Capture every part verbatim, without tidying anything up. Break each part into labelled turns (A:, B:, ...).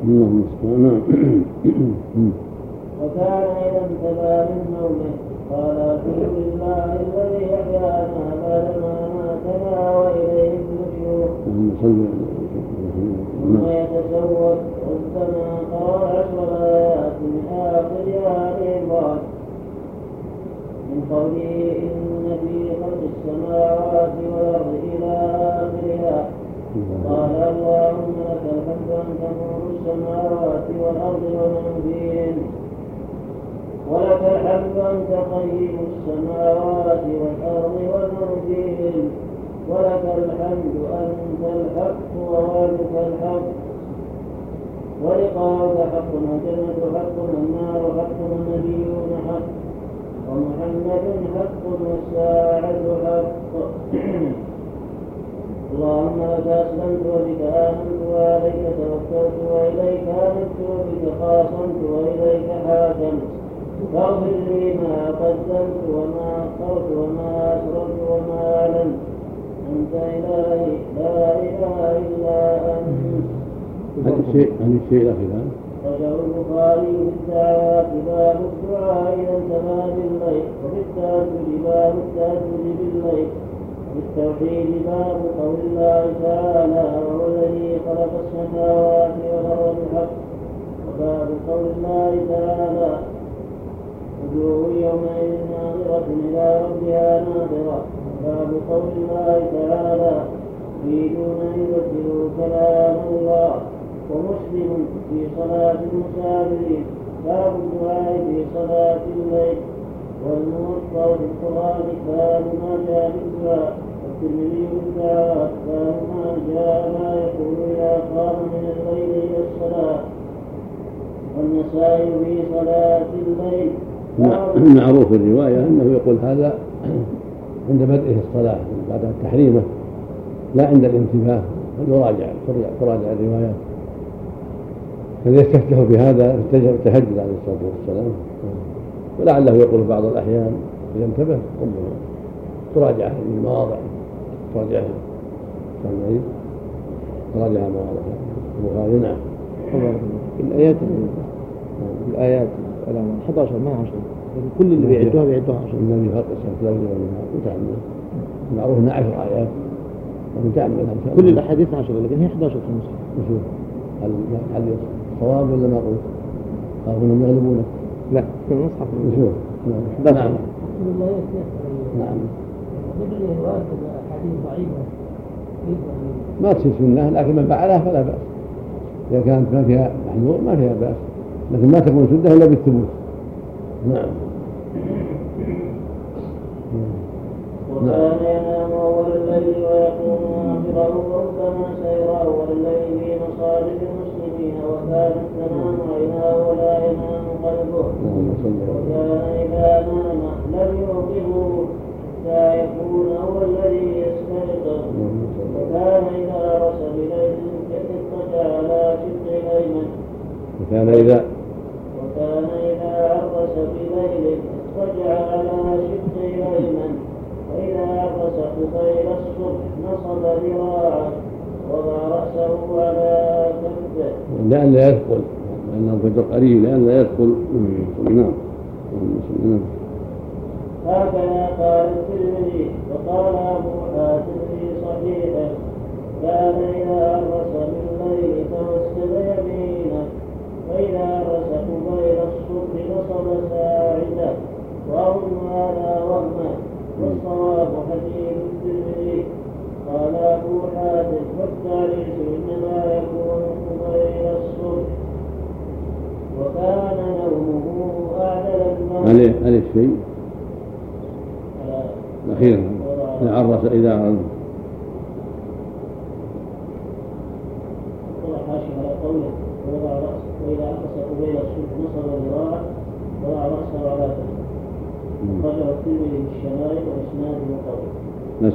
A: نعم.
B: وكان إذا انتبه من نومه قال الحمد لله الذي أحيانا بعدما ماتنا وإليه النشور. ثم يتسوق ربما قرأ عشر آيات من آخر هذه الآيات من قوله إن في خلق السماوات والأرض إلى آخرها. قال اللهم لك الحمد أنت نور السماوات والأرض ومن فيهن ولك الحمد أنت قيم السماوات والأرض ومن فيهن ولك الحمد أنت الحق ووالك الحق ولقاؤك حق والجنة حق والنار حق والنبيون حق ومحمد حق والساعة حق. اللهم لك أسلمت وبك آمنت وعليك توكلت وإليك آمنت وبك خاصمت وإليك حاكمت فاغفر لي ما قدمت وما أخرت وما أسررت وما أعلنت أنت إلهي لا إله إلا أنت.
A: هذا الشيء هذا الشيء الأخير
B: رجع البخاري في الدعوات باب الدعاء إذا انتهى بالليل وفي التهجد باب التهجد بالليل وفي التوحيد باب قول الله تعالى وهو الذي خلق السماوات والأرض بالحق وباب قول الله تعالى وجوه يومئذ ناظرة إلى ربها ناظرة باب قول الله تعالى يريدون أن يبدلوا كلام الله. ومسلم في صلاة المسافرين باب الدعاء في صلاة الليل. والموطأ في القرآن باب ما جاء بالدعاء. والترمذي بالدعوات باب ما جاء ما يقول إذا قام من الليل إلى الصلاة. والنسائي في صلاة الليل
A: معروف الرواية أنه يقول هذا عند بدءه الصلاة بعد التحريمة لا عند الانتباه. يراجع تراجع الروايات فليستفتح بهذا التهجد عليه الصلاة والسلام. ولعله يقول بعض الأحيان إذا انتبه ربما تراجع المواضع تراجع العيد تراجع مواضع البخاري. نعم.
C: الآيات الآيات أحد عشر ما عشر كل اللي بيعدوها بيعدوها عشر.
A: الذي خلق السماوات والأرض متعمد معروف أن عشر آيات ومتعمد
C: كل الأحاديث عشرة لكن هي أحد عشر في المصحف.
A: نشوف هل هل صواب ولا ما قلت؟ قالوا انهم يغلبونك.
C: لا في المصحف
A: نشوف.
C: نعم.
A: نعم.
B: نعم. حديث ضعيفة
A: ما تصير سنة لكن من فعلها فلا بأس. إذا كانت ما فيها محذور ما فيها بأس لكن ما تكون سنة إلا بالثبوت. نعم.
B: وكان ينام أول الليل ويقوم آخره وربما سير أول الليل في مصالح المسلمين وكانت تنام عيناه ولا ينام قلبه. وكان إذا نام لم يوقظه حتى يكون هو الذي يستيقظ. وكان إذا عرس بليل اضطجع على شقه الأيمن.
A: وكان إذا
B: وكان إذا عرس بليل اضطجع على شقه الأيمن. وإذا عرس قبيل الصبح نصب ذراعه وضع رأسه على كفه
A: لأن لا يثقل لأنه الفجر قريب لأن لا يثقل. نعم.
B: هكذا قال الترمذي وقال أبو حاتم في صحيحه كان إذا عرس بالليل توسل يمينه وإذا عرس قبيل الصبح نصب ساعده وأظن هذا وهمه والصواب حديث الترمذي. قال أبو حاتم والتعريس إنما يكون قبيل الصبح. وكان نومه أعدل النوم.
A: عليه عليه شيء أخيرا إذا عرس إذا عرس
B: قوله وضع رأسه وإذا عرس قبيل الصبح نصب ذراعه وضع رأسه على كفه. خرجه الترمذي بالشمائل وإسناده قوي.
A: بس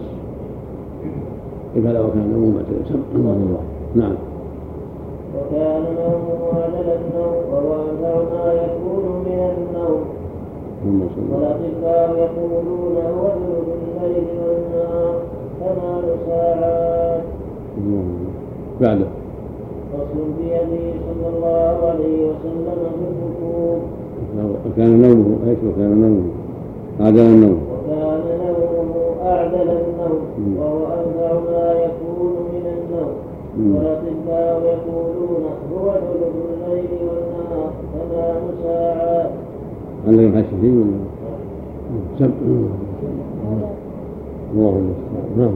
A: إذا وكان نومه الله. نعم.
B: وكان نومه أعدل النوم وهو أنفع ما يكون من النوم. والأطباء يقولون هو ثلث الليل والنهار ثمان ساعات.
A: بعده
B: فصل بيد النبي صلى الله عليه وسلم في الركوب.
A: وكان نومه ايش وكان نومه أعدل النوم
B: وكان نومه أعدل النوم وهو أنفع ما يكون من النوم. والأطباء يقولون هو ثلث الليل والنهار ثمان ساعات.
A: هل يحسسين ولا سبع؟ الله المستعان. نعم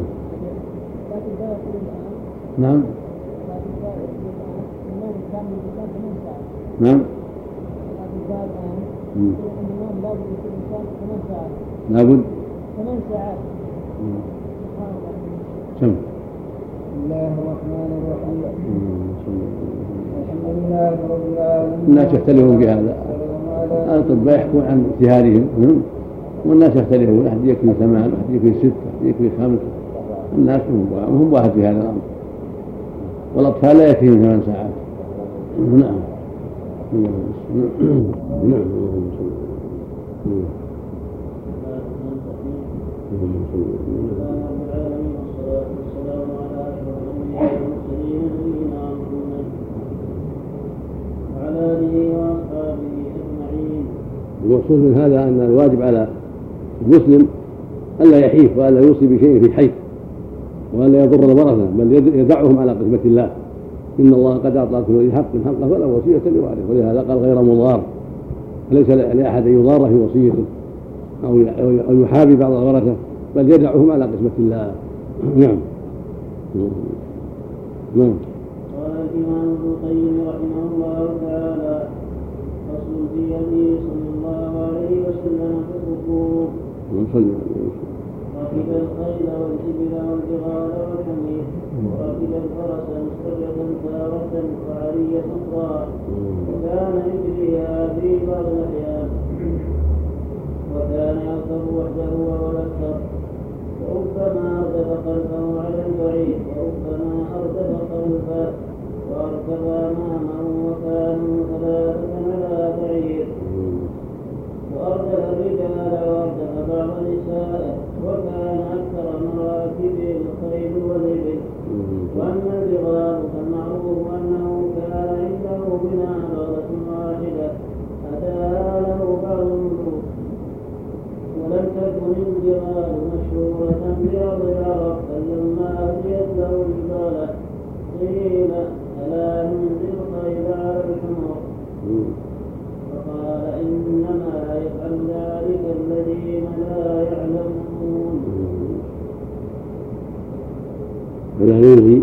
A: نعم نعم لابد
D: ثمان ساعات.
A: سم.
D: بسم الله الرحمن الرحيم. الحمد لله رب العالمين.
A: الناس يختلفون في هذا. الأطباء يحكون عن اجتهادهم والناس يختلفون، أحد يكفي ثمان، أحد يكفي ست، أحد يكفي خمس. الناس هم واحد في هذا الأمر. والأطفال لا يكفيهم ثمان ساعات. نعم نعم. المقصود من هذا أن الواجب على المسلم ألا يحيف وألا يوصي بشيء في حيف وألا يضر الورثة، بل يدعهم على قسمة الله. إن الله قد أعطى كل ذي حق حقه فلا وصية لوارث، ولهذا قال غير مضار، فليس لأحد يضار في وصيته أو يحابي بعض الورثة، بل يدعهم على قسمة الله. نعم نعم.
B: قال الإمام ابن القيم رحمه الله تعالى: فصل في النبي صلى الله عليه وسلم في الركوب. ركب الخيل والإبل والبغال والحمير، وركب الفرس مسترجة تارة وعرية أخرى، وكان يجريها في بعض الأحيان، وكان يركب وحده ولا أكثر، وربما أردف خلفه على البعير، وربما أردف خلفه وأركب أمامه، وكانوا ثلاثة على بعير، وأردف الرجال وأردف بعض النساء، وكان أكثر مراكبه الخيل والإبل. وأما البغال فالمعروف أنه كان عنده منها بغلة واحدة أتاها له بعض الملوك، ولم تكن البغال مشهورة بأرض العرب، فلما أهديت له البغلة قيل: ألا ننزل الخيل على الحمر؟ فقال: إنما يفعل ذلك الذين لا يعلمون.
A: ولا ننزل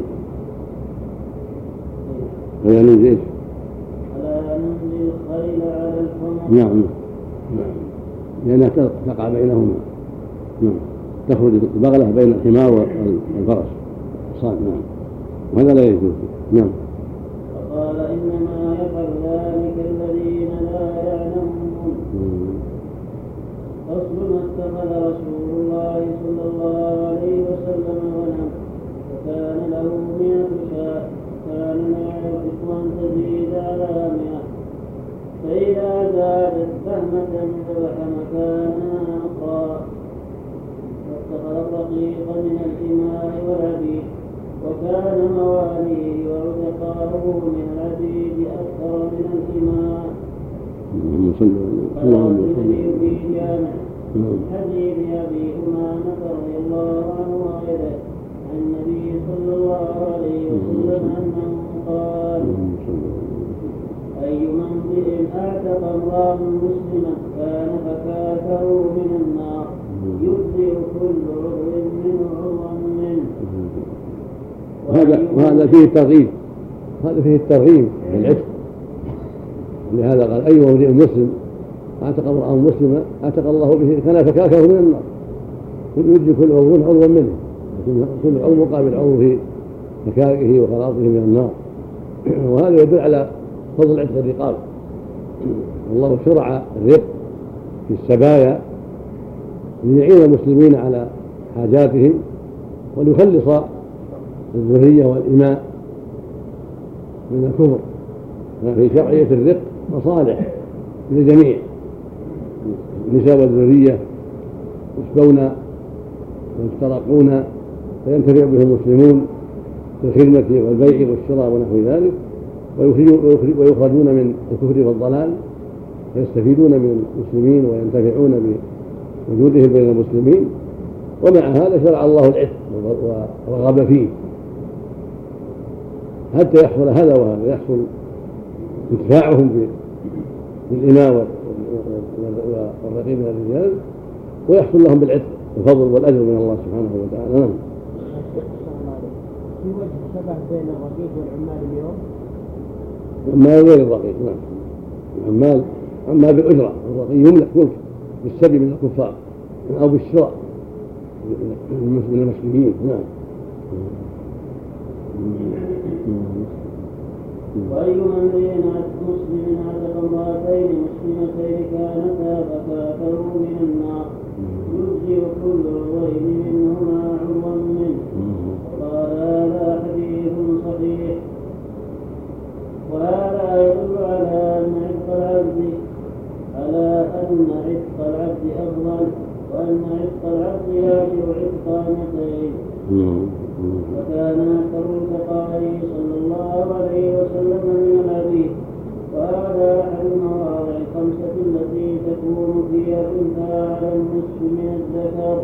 A: ولا ننزل
B: ألا ننزل الخيل على الحمر؟
A: نعم نعم، لأنها تقع بينهما. نعم، تخرج البغلة بين الحمار والفرس صاد. نعم، وهذا لا يجوز. نعم.
B: فقال: إنما يفعل ذلك الذين لا يعلمون. فصل: اتخذ رسول الله صلى الله عليه وسلم غنم، وكان له مئة شاة، كان لا يوافق أن تزيد على مئة، فإذا زادت فهمة ذبح مكانها أخرى. واتخذ الرقيق من الإماء والعبيد، وكان مواليه وعتقاؤه من العبيد أكثر من الإماء. قال النبي في جامع حديث أبي أمامة رضي الله عنه وغيره عن النبي صلى الله عليه وسلم أنه قال: أي امرئ أعتق امرأ مسلما كان فكاكه من النار، يبدئ كل عضو منه عضوا منه.
A: وهذا وهذا فيه الترغيب، هذا فيه الترغيب في العتق. لهذا قال: أي امرئ مسلم اعتق امرأ مسلما اعتق الله به كان فكاكه من النار، يبدئ كل عضو عضوا منه، كل عضو مقابل عضو في فكاكه وخلاصه من النار. وهذا يدل على فضل عتق الرقاب. الله شرع الرق في السبايا ليعين المسلمين على حاجاتهم وليخلص الذرية والإماء من الكفر. ففي شرعية الرق مصالح للجميع، النساء والذرية يسبون ويفترقون فينتفع بهم المسلمون في الخدمة والبيع والشراء ونحو ذلك، ويخرجون من الكفر والضلال ويستفيدون من المسلمين وينتفعون بوجودهم بين المسلمين. ومع هذا شرع الله العتق ورغب فيه حتى يحصل هذا وهذا، يحصل انتفاعهم بالإماء والرقيق من الرجال، ويحصل لهم بالعتق الفضل والأجر من الله سبحانه وتعالى. نعم.
B: في وجه شبه بين الرقيق والعمال اليوم؟
A: عمال غير الرقيق. نعم. العمال عمال بالأجرة، الرقيق يملك ملك بالسبي من الكفار أو بالشراء من المسلمين. نعم.
B: وأي امرئ مسلم عتق امرأتين مسلمتين كانتا فكافروا من النار يجزئ كل عضوين منهما عضوا منه. وقال هذا حديث صحيح. وهذا يدل على أن عتق العبد على أن عتق العبد أفضل، وأن عتق العبد يجب عتق أمتين. وكان أكثر الفقهاء صلى الله عليه وسلم من الحديث. وهذا أحد المواضع الخمسة التي تكون فيها الأنثى على النصف من الذكر.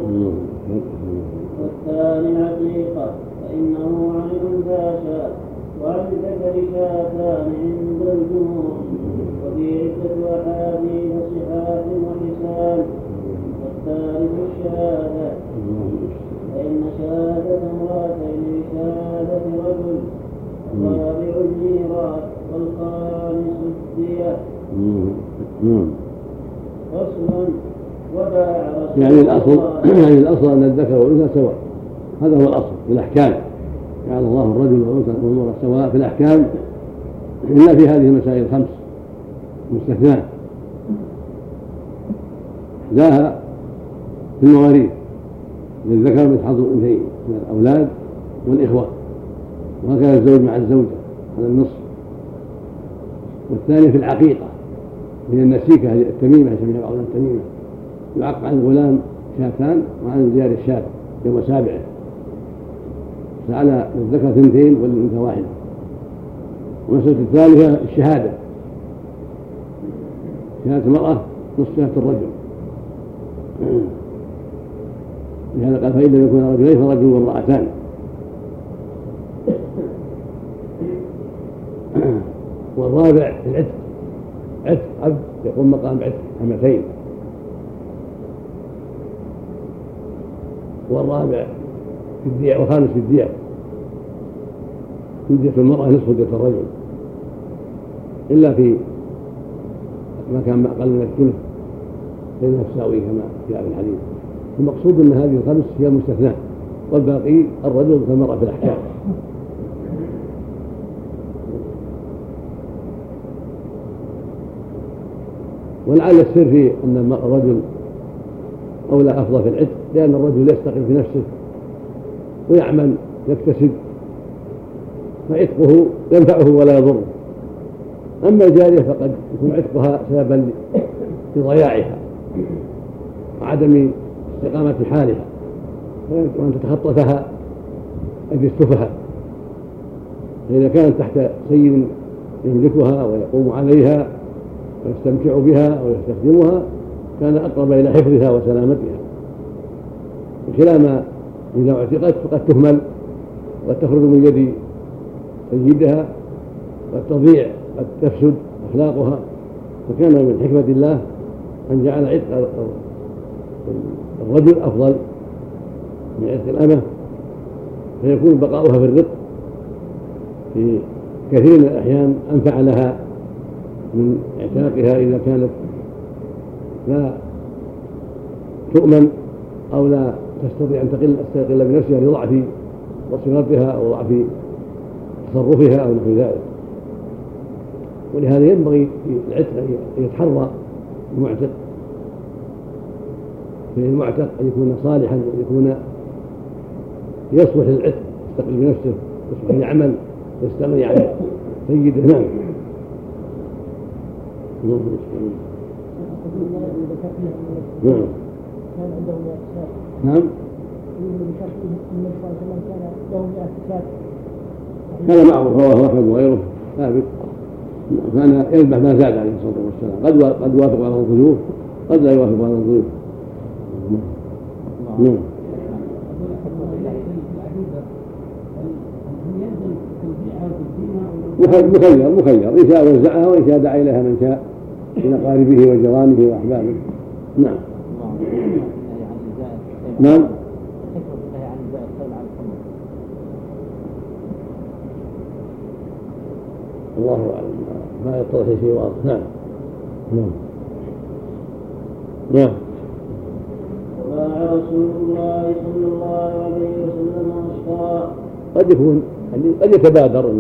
B: والثاني العقيقة فإنه عن الأنثى شاء وعن الذكر شاءتان عند الجمهور، وفي عدة أحاديث صحاح وحسان. والثالث الشهادة فإن شهادة امرأتين بشهادة رجل. الرابع الميراث والخامس الدية. فصل. وباع رسول
A: يعني الأصل يعني الأصل أن الذكر والأنثى سواء، هذا هو الأصل في الأحكام. جعل الله الرجل والأنثى والمرأة سواء في الأحكام إلا في هذه المسائل الخمس مستثناة لها في المواريث. للذكر مثل حظ الأنثيين من الأولاد والإخوة، وهكذا الزوج مع الزوجة على النصف. والثاني في العقيقة من النسيكة التميمة يسميها بعض التميمة، يعق عن الغلام شاتان وعن الجار الشاة يوم سابعه، فعلى الذكر اثنتين والأنثى واحدة. والمسألة الثالثة الشهادة، شهادة المرأة نصف شهادة الرجل. لهذا قال فإن لم يكن رجلين فرجل وامرأتان. والرابع العتق، عتق عبد يقوم مقام عتق أمتين. والرابع في الدية، وخامس في الدية، دية المرأة نصف دية الرجل إلا في ما كان أقل من الثلث بين الساوي كما جاء في الحديث. المقصود أن هذه الخمس هي المستثناة، والباقي الرجل كالمرأة في الأحكام. ولعل السر في أن الرجل أولى أفضل في العتق، لأن الرجل يستقل في نفسه ويعمل يكتسب، فعتقه ينفعه ولا يضره. أما الجارية فقد يكون عتقها سببا لضياعها وعدم استقامة حالها، وأن تتخطفها أجل السفهاء. فإذا كانت تحت سيد يملكها ويقوم عليها ويستمتع بها ويستخدمها كان أقرب إلى حفظها وسلامتها، بخلاف ما إذا اعتقت فقد تهمل وتخرج من يد سيدها قد تضيع قد تفسد أخلاقها. فكان من حكمة الله أن جعل عتق الرجل أفضل من عتق الأمة، فيكون بقاؤها في الرق في كثير من الأحيان أنفع لها من اعتاقها إذا كانت لا تؤمن أو لا تستطيع أن تقل تستقل بنفسها لضعف بصيرتها أو ضعف تصرفها أو نحو ذلك. ولهذا ينبغي في العتق أن يتحرى المعتق في المعتق أن يكون صالحا، أن يكون يصلح للعتق، يستقل بنفسه، يصلح لعمل، يستغني عن سيده. نعم. نعم. نعم. نعم. هذا معروف رواه أحمد وغيره ثابت. كان يذبح ما زاد عليه الصلاه والسلام، قد قد يوافق على الظروف قد لا يوافق على الظروف. نعم. مخير مخير إن شاء وزعها وإن شاء دعا إليها من شاء من أقاربه وجيرانه وأحبابه. نعم. نعم. الله أعلم ما يتضح شيء واضح. نعم. نعم. نعم.
B: وباع رسول الله صلى الله عليه وسلم أشقاء.
A: قد يكون قد يتبادر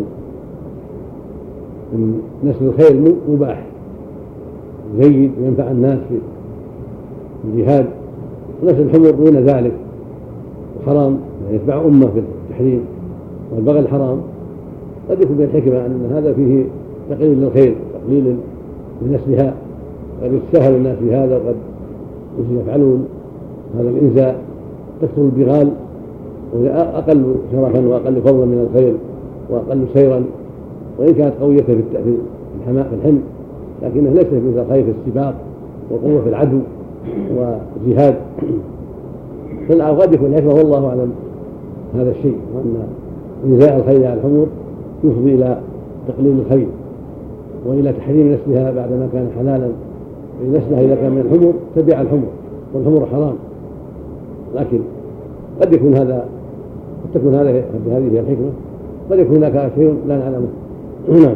A: من نسل الخيل مباح جيد وينفع الناس في الجهاد، ونسل الحمر دون ذلك وحرام يعني يتبع أمة في التحريم والبغل حرام. قد يكون بالحكمة أن هذا فيه تقليل للخيل تقليل لنسلها، قد يتساهل الناس بهذا وقد يفعلون هذا الإنزاء، تكثر البغال وهي أقل شرفا وأقل فضلا من الخيل وأقل سيرا، وإن كانت قوية في الحماء في الحمل لكنها ليست مثل الخيل في السباق وقوة في العدو وجهاد. فالقد يكون الحكمة والله أعلم هذا الشيء، وأن إنزاء الخيل على الحمر يفضي إلى تقليل الخيل وإلى تحريم نسلها بعدما كان حلالا، نسلها إذا كان من الحمر تبع الحمر والحمر حرام. لكن قد يكون هذا قد تكون هذه هذه هي الحكمة، قد يكون هناك شيء لا نعلمه. نعم.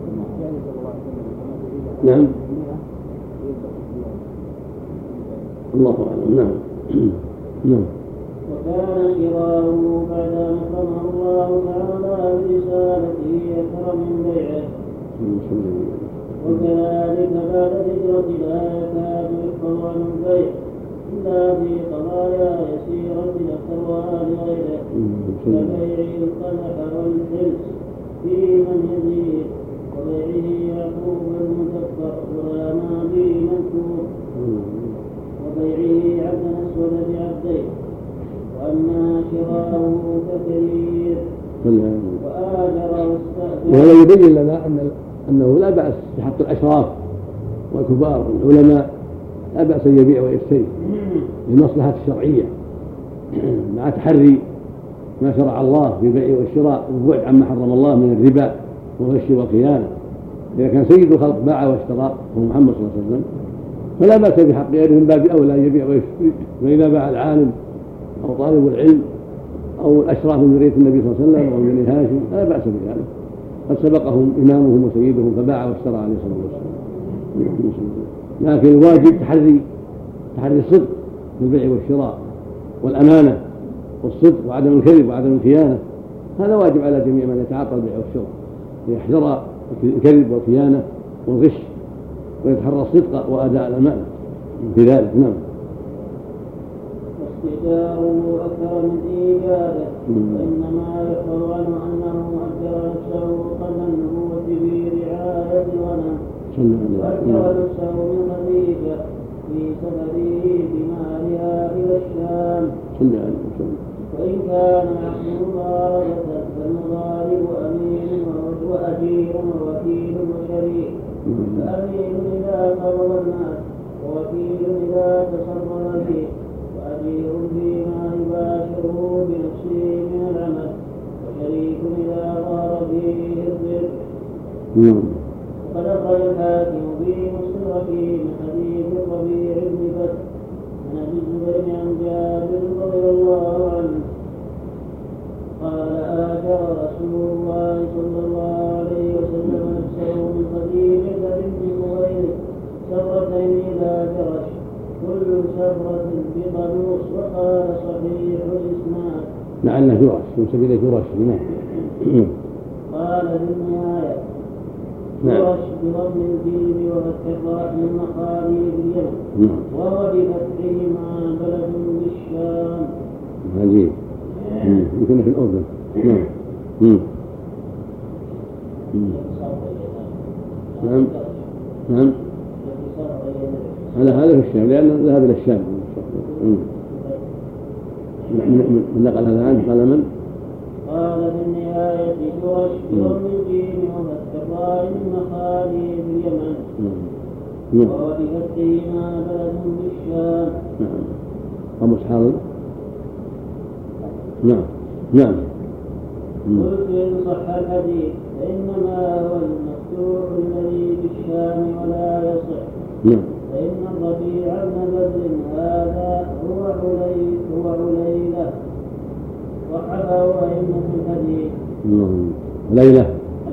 A: نعم. الله أعلم. نعم. نعم.
B: وكان شراؤه بعد أن أكرمه الله تعالى برسالته أكثر من بيعه، وكذلك بعد الهجرة لا يكاد يحفظ عن البيع إلا في قضايا يسيرة أكثرها لغيره كبيع القدح والحلس في من يزيد، وبيعه يعقوب المدبر والأمادي منكوب، وبيعه عبدا أسود بعبدين. وأما شراؤه فكثير وآجر واستأجر.
A: وهذا يبين لنا أن أنه لا بأس بحق الأشراف والكبار والعلماء، لا بأس أن يبيع ويشتري للمصلحة الشرعية مع تحري ما شرع الله في البيع والشراء والبعد عما حرم الله من الربا والغش والخيانة. إذا كان سيد الخلق باع واشترى هو محمد صلى الله عليه وسلم فلا بأس بحق غيره من باب أولى أن يبيع ويشتري. وإذا باع العالم أو طالب العلم أو الأشراف من ذرية النبي صلى الله عليه وسلم أو من بني هاشم لا بأس بذلك، قد سبقهم إمامهم وسيدهم فباع واشترى عليه الصلاة والسلام. لكن الواجب تحري تحري الصدق في البيع والشراء والأمانة والصدق وعدم الكذب وعدم الخيانة، هذا واجب على جميع من يتعاطى البيع والشراء ليحذر الكذب والخيانة والغش ويتحرى الصدق وأداء الأمانة في ذلك. نعم.
B: واستئجاره أكثر من إيجاده، وإنما يحفظ عنه أنه أجر نفسه قبل النبوة في رعاية الغنم، وأجر نفسه من خديجة في سفره بمالها إلى الشام. وإن كان يحمل مضاربة فالمضارب أمين وأجير ووكيل وشريك، فأمين إذا قبض الناس ووكيل إذا تصرف به، وأجير فيما يباشره بنفسه من العمل، وشريك إذا ظهر فيه الضر. وقد أخرج الحاكم في مستدركه من حديث الربيع بن بدر عن أبي الزبير عن جابر رضي الله عنه قال آجر رسول الله صلى الله عليه وسلم نفسه من خديجة بنت خويلد سرتين إذا جرش كل سرة بقلوص. وقال صحيح الإسناد
A: لعله جرش من سبيل جرش.
B: قال في النهاية جرش بضم الجيم وفتح الراء من مخاليد اليمن، وهو بفتحهما بلد بالشام.
A: عجيب. يمكن في الأردن. نعم. نعم. نعم. على هذا في الشام لأنه ذهب إلى الشام. من نقل هذا عنه قال من؟
B: قال في النهاية جرش بضم الجيم وفتح الراء الله من مخالي اليمن
A: نعم
B: وهو بفتحهما بلد بالشام.
A: نعم أبو إسحاق نعم نعم
B: قلت إن صح الحديث فإنما هو المفتوح الذي بالشام ولا يصح.
A: نعم
B: فإن الربيع بن بدر هذا هو علي هو عليلة وحفه أئمة الحديث.
A: نعم ليلة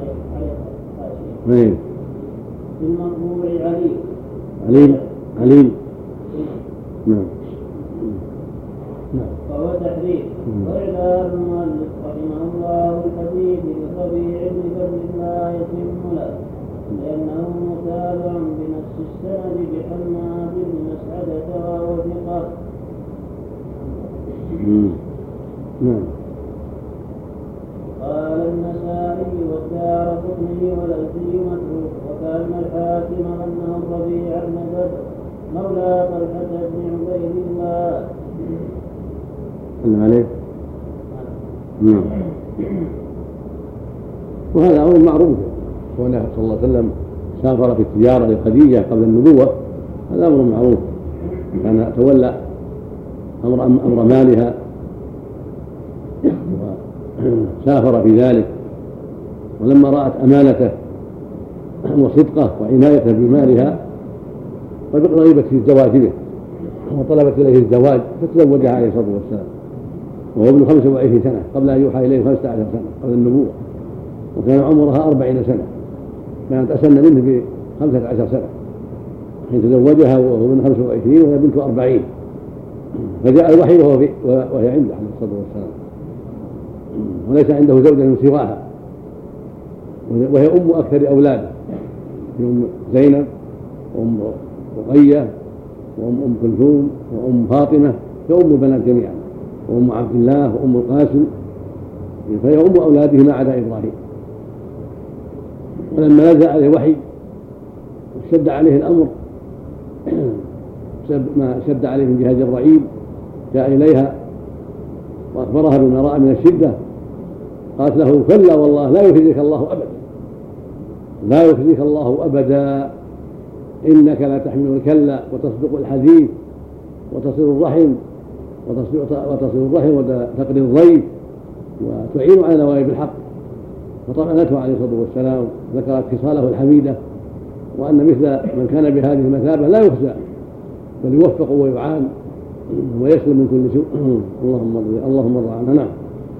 B: في المرفوع علي
A: عليم عليم نعم نعم
B: وهو تحريف. وإعلام المؤلف رحمه الله الحديث بالربيع بن بدر لا يتم له لأنه متابع بنفس السند بحماد بن مسعدة وهو ثقة.
A: نعم
B: قال النسائي والدارقطني والأزدي متروك وكان الحاكم أنه الربيع بن بدر مولى طلحة بن عبيد الله.
A: سلم عليه. نعم وهذا أمر معروف كونه صلى الله عليه وسلم سافر في التجارة لخديجة قبل النبوة، هذا أمر معروف، كان تولى أمر, أمر مالها وسافر في ذلك، ولما رأت أمانته وصدقه وعنايته بمالها رغبت في الزواج به وطلبت إليه الزواج فتزوجها عليه الصلاة والسلام وهو ابن خمسة وعشرين سنة قبل أن يوحى إليه خمسة عشر سنة قبل النبوة، وكان عمرها أربعين سنة، كانت أسن منه بخمسة عشر سنة حين تزوجها وهو ابن خمسة وعشرين وهي بنت أربعين، فجاء الوحي وهو في وهي عنده عليه الصلاة والسلام وليس عنده زوجة سواها، وهي أم أكثر أولاده، أم زينب وأم رقية وأم أم كلثوم وأم فاطمة، فأم البنات جميعا، وأم عبد الله وأم القاسم، فهي أم أولاده ما عدا إبراهيم. ولما نزل عليه وحي وشد عليه الأمر ما شد عليه من جهة جبرائيل جاء إليها وأخبرها بما رأى من الشدة، قالت له كلا والله لا يخزيك الله أبدا، لا يخزيك الله أبدا، إنك لا تحمل الكلا وتصدق الحديث وتصل الرحم وتصل الرحم وتقضي الضيف وتعين على نوائب الحق. فطمأنته عليه الصلاة والسلام، ذكرت خصاله الحميدة وأن مثل من كان بهذه المثابة لا يخزى بل يوفق ويعان ويسلم من كل سوء. اللهم ارض اللهم ارض عنه. نعم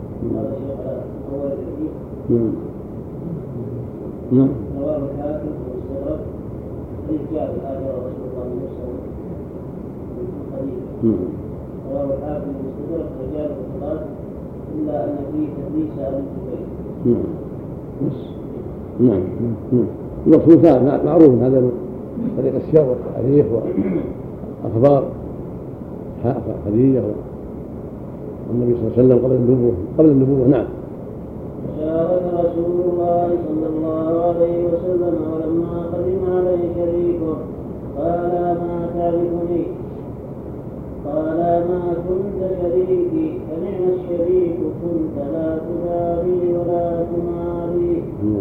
A: نعم نعم
B: رواه الحاكم والمستدرك حديث جابر هذا رسول الله صلى الله عليه وسلم. رواه الحاكم والمستدرك رجال الثقات إلا أن فيه تدليس أهل البيت.
A: نعم نعم نعم المقصود معروف هذا من طريق السير والتاريخ وأخبار خديجة والنبي صلى الله عليه وسلم قبل النبوة قبل النبوة. نعم.
B: شارك رسول الله صلى الله عليه وسلم ولما قدم عليه شريكه قال ما تعرفني؟ قال ما كنت شريكي فنعم الشريك كنت لا تبالي ولا تماري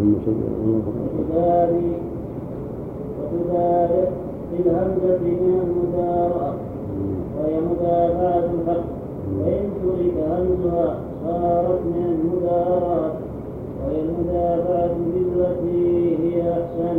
B: وتداري وتداري بالهمزة من المدارة وهي مدافعة الحق، وإن ترك همزها صارت من المدارات وهي المدافعة بالتي هي أحسن.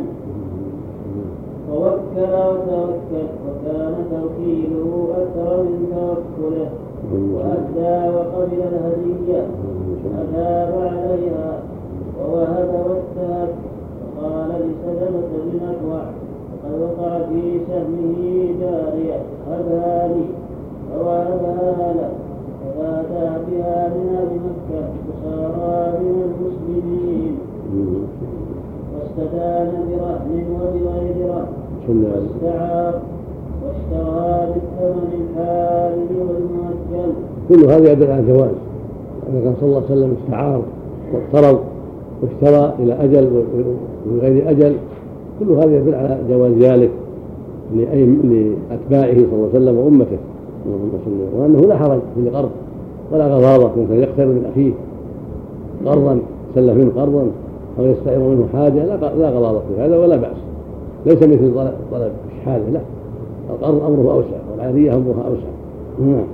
B: ووكل وتوكل وكان توكيله أكثر من توكله، وأهدى وقبل الهدية أثاب عليها ووهب واتهب، وقال لسلمة بن أكوع وقد وقع في سهمه جارية هبها لي فوهبها له فأتى بها من أهل مكة وصار من المسلمين واستدان برهن وبغير رهن واستعار واشترى بالثمن الحال والمؤجل.
A: كل هذا يدل على الجواز، أن كان صلى الله عليه وسلم استعار واقترض واشترى إلى أجل وغير أجل، كل هذا يدل على جواز ذلك لأتباعه صلى الله عليه وسلم وأمته، وأنه لا حرج في القرض ولا غضاضة، كان يقترض من أخيه قرضا سلف منه قرضا أو يستعير منه حاجة لا غضاضة في هذا ولا بأس، ليس مثل طلب, طلب الشحاذة، لا، القرض أمره أوسع والعارية أمرها أوسع. نعم.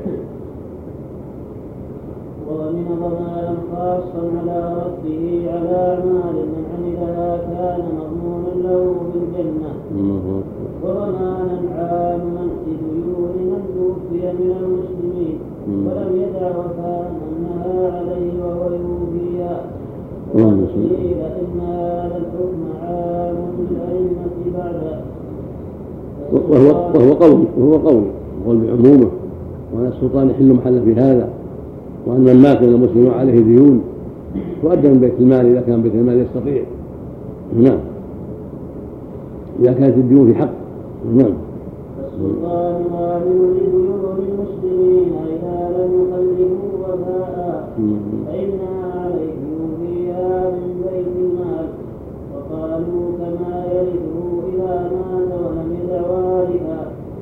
B: وضمن ضمانا خاصا على رده على أعمال من عملها كان مضمونا له بالجنة، وضمانا عاما لديون من توفي من المسلمين ولم يدع وفاء أنها عليه وهو يوفيها. وقيل إن هذا الحكم عام للأئمة بعد،
A: وهو وهو قول وهو قول قول بعمومه، وأن السلطان يحل محل في هذا، وأن من مات من المسلم عليه ديون تؤدى من بيت المال إذا كان بيت المال يستطيع. نعم، إذا كانت الديون في حق. نعم.
B: السلطان ضامن لديون المسلمين إذا لم يخلفوا وفاء فإنها عليهم فيها من بيت المال، وقالوا كما يرثه إذا مات ولم يدع وارثا،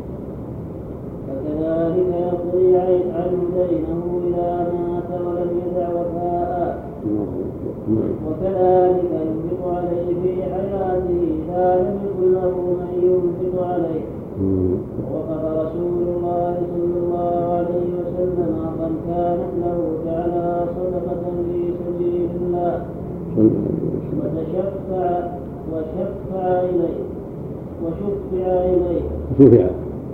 B: فكذلك يقضي عنه دينه إذا مات ولم يدع وفاء، وكذلك ينفق عليه في حياته إذا لم يكن له من ينفق عليه. ووقف رسول الله صلى الله عليه وسلم من كانت له جعلها صدقة في سبيل الله وتشفع وشفع إليه وشفع إليه
A: شفع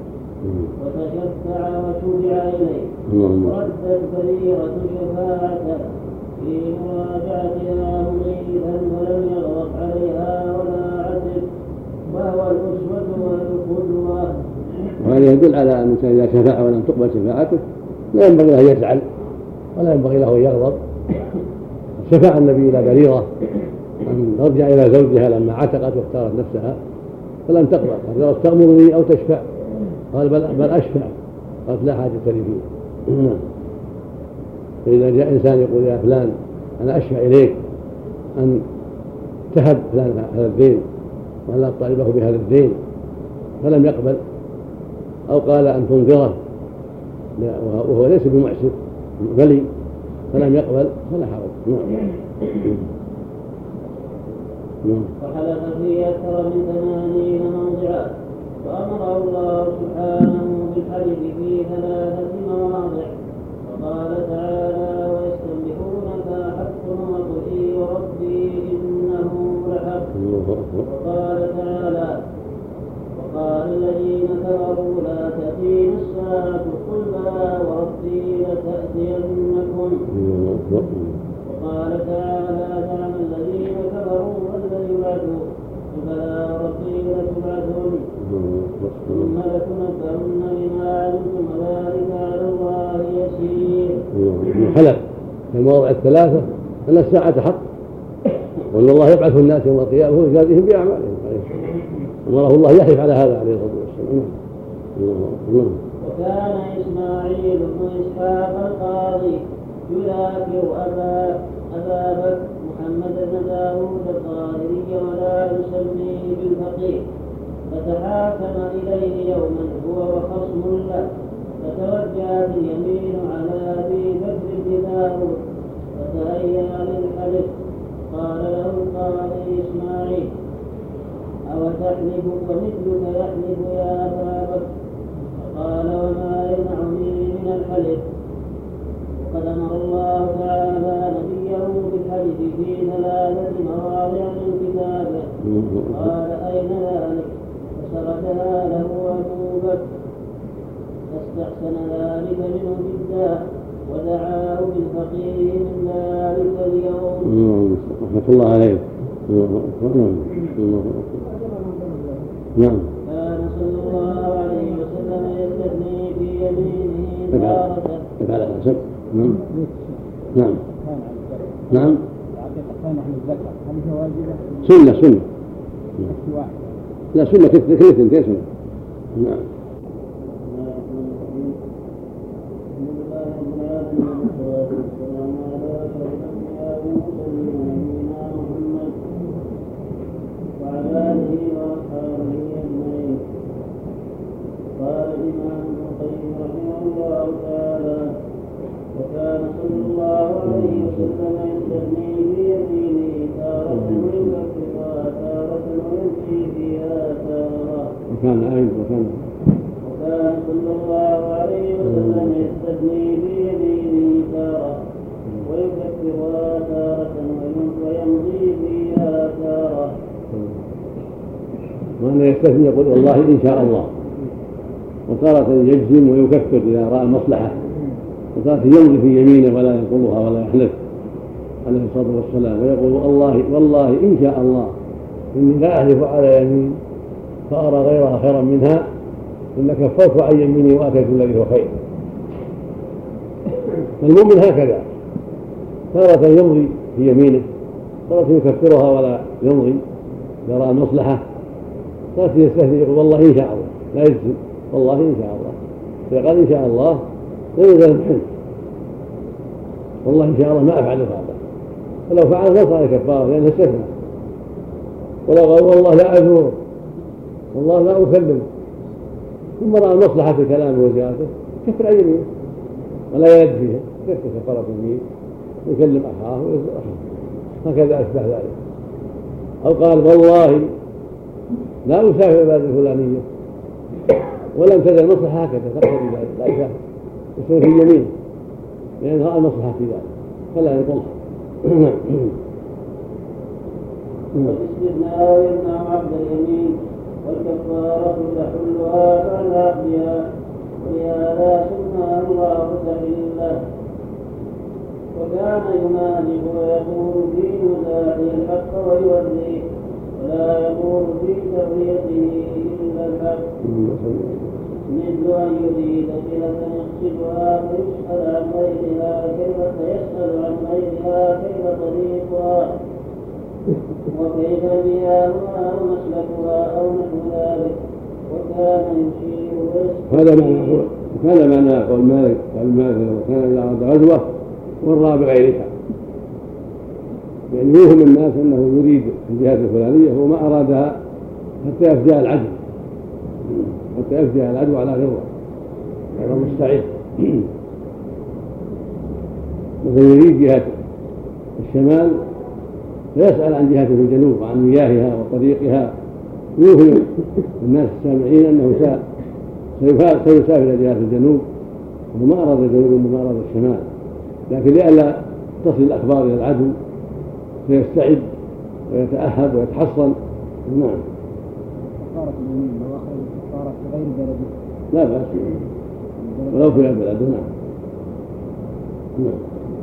B: وتشفع وشفع إليه وردت بريرة شفاعته في مراجعتها مغيثا ولم يغضب عليها ولا عدل، وهو الأسوة والقدوة.
A: وهذا يدل على أن الإنسان إذا شفع ولم تقبل شفاعته لا ينبغي له أن يزعل ولا ينبغي له أن يغضب. شفع النبي إلى بريرة أن ترجع إلى زوجها لما عتقت واختارت نفسها فلم تقبل، قالت تأمرني أو تشفع، قال بل, بل أشفع، قالت لا حاجة لي فيه. فإذا جاء إنسان يقول يا فلان أنا أشفع إليك أن تهب فلان هذا الدين وأن لا تطالبه بهذا الدين فلم يقبل، أو قال أن تنذره وهو ليس بمعسر بلي فلم يقبل فلا حرج.
B: فحلف في أكثر من ثمانين موضعا، وأمره الله سبحانه بالحلف في ثلاثة مواضع، وقال تعالى ويستنبئونك حق وقل إي وربي إنه لحق. وقال تعالى وقال الذين كفروا لا تأتينا الساعة قل بلى وربي لتأتينكم. وقال تعالى زعم الذين كفروا أن يبعثوا بلى وربي لتبعثن ثم لتنبؤن بما علمتم وذلك على الله يسير.
A: حلف في المواضع الثلاثة أن الساعة حق وأن الله يبعث الناس يوم القيامة ويجازيهم بأعمالهم، أمره الله يحلف على هذا عليه الصلاة والسلام.
B: وكان إسماعيل بن إسحاق القاضي يذاكر أبا أبا بكر محمد بن داود القادري ولا يسميه بالفقيه، فتحاكم إليه يوما هو وخصم له، فتوجهت اليمين على أبي بكر بن داود فتهيأ للحلف، قال له القاضي إسماعيل أو تحلف ومثلك يحلف يا أبا بكر؟ فقال وما يمنعني من الحلف؟ وقد أمر الله تعالى نبيه بالحلف في ثلاثة مواضع من كتابه، قال أين ذلك؟ فسردها له أبو بكر فاستحسن ذلك منه جدا ودعاه بالفقيه من ذلك اليوم.
A: رحمة الله عليه. نعم.
B: كان صلى الله عليه وسلم يستثني في يمينه تارة.
A: يفعل حسب. نعم. نعم. نعم. سنة سنة. لا سنة كثير اثنتين سنة. نعم.
B: قال الإمام ابن القيم رحمه الله تعالى وكان صلى الله عليه وسلم يستثني بيمينه
A: وكان أين وكان
B: وكان صلى الله عليه وسلم يستثني بيمينه تارة ويكفرها تارة ويمضي فيها تارة.
A: وأنه يستثني يقول والله إن شاء الله، وتارة يجزم ويكفر إذا رأى المصلحة، وتارة يمضي في يمينه ولا ينقضها ولا يحلف عليه الصلاة والسلام ويقول الله والله إن شاء الله إني لا أحلف على يمين فأرى غيرها خيرا منها إلا كفرت عن يميني وأتيت الذي هو خير. فالمؤمن هكذا تارة يمضي في يمينه، تارة يكفرها ولا يمضي إذا رأى المصلحة، تارة يستهزئ يقول والله إن شاء الله، لا يجزم والله إن شاء الله، إذا قال إن شاء الله لا يزال المحل والله إن شاء الله ما أفعل هذا، فلو فعل ما صار كفارة لأنه استثنى. ولو قال والله لا أزور والله لا أكلم ثم رأى المصلحة في كلامه وزيارته كفر عن يمينه ولا يد فيها، كفر كفارة يمين يكلم أخاه ويزور أخاه، هكذا أشبه ذلك. أو قال والله لا أسافر البلد الفلانية ولم تزل المصلحة هكذا تقتضي ذلك، لا يسافر يسافر في يمينه لأن رأى المصلحة في ذلك فلا يطلع.
B: والاستثناء يمنع عبد اليمين والكفارة تحلها بعد عقدها، ولهذا سمى الله تحله. وكان ينادي ويقول في مزاح الحق ويؤذيه ولا يقول في تغريته إلا الحق، مثل أن يريد صلة يقصدها فيسأل عن غيرها كيف فيسأل عن غيرها كيف طريقها وكيف مياهها ومسلكها أو نحو ذلك، وكان يشير
A: هذا معنى هذا معنى قول مالك قال مالك وكان إذا أراد غزوة ورى بغيرها، يعني يوهم الناس أنه يريد الجهات الفلانية وما أرادها حتى يفجأ العدو حتى يفجأ العدو على غره غير مستعد. مثلا يريد جهة الشمال فيسأل عن جهة الجنوب وعن مياهها وطريقها، يوهم الناس السامعين أنه سيسافر إلى جهة الجنوب وما أراد الجنوب وما أراد الشمال، لكن لئلا تصل الأخبار إلى العدو فيستعد ويتأهب ويتحصن. نعم.
D: كفارة اليمين لو أخرج الكفارة في غير بلده
A: لا بأس ولو في البلد. نعم. نعم.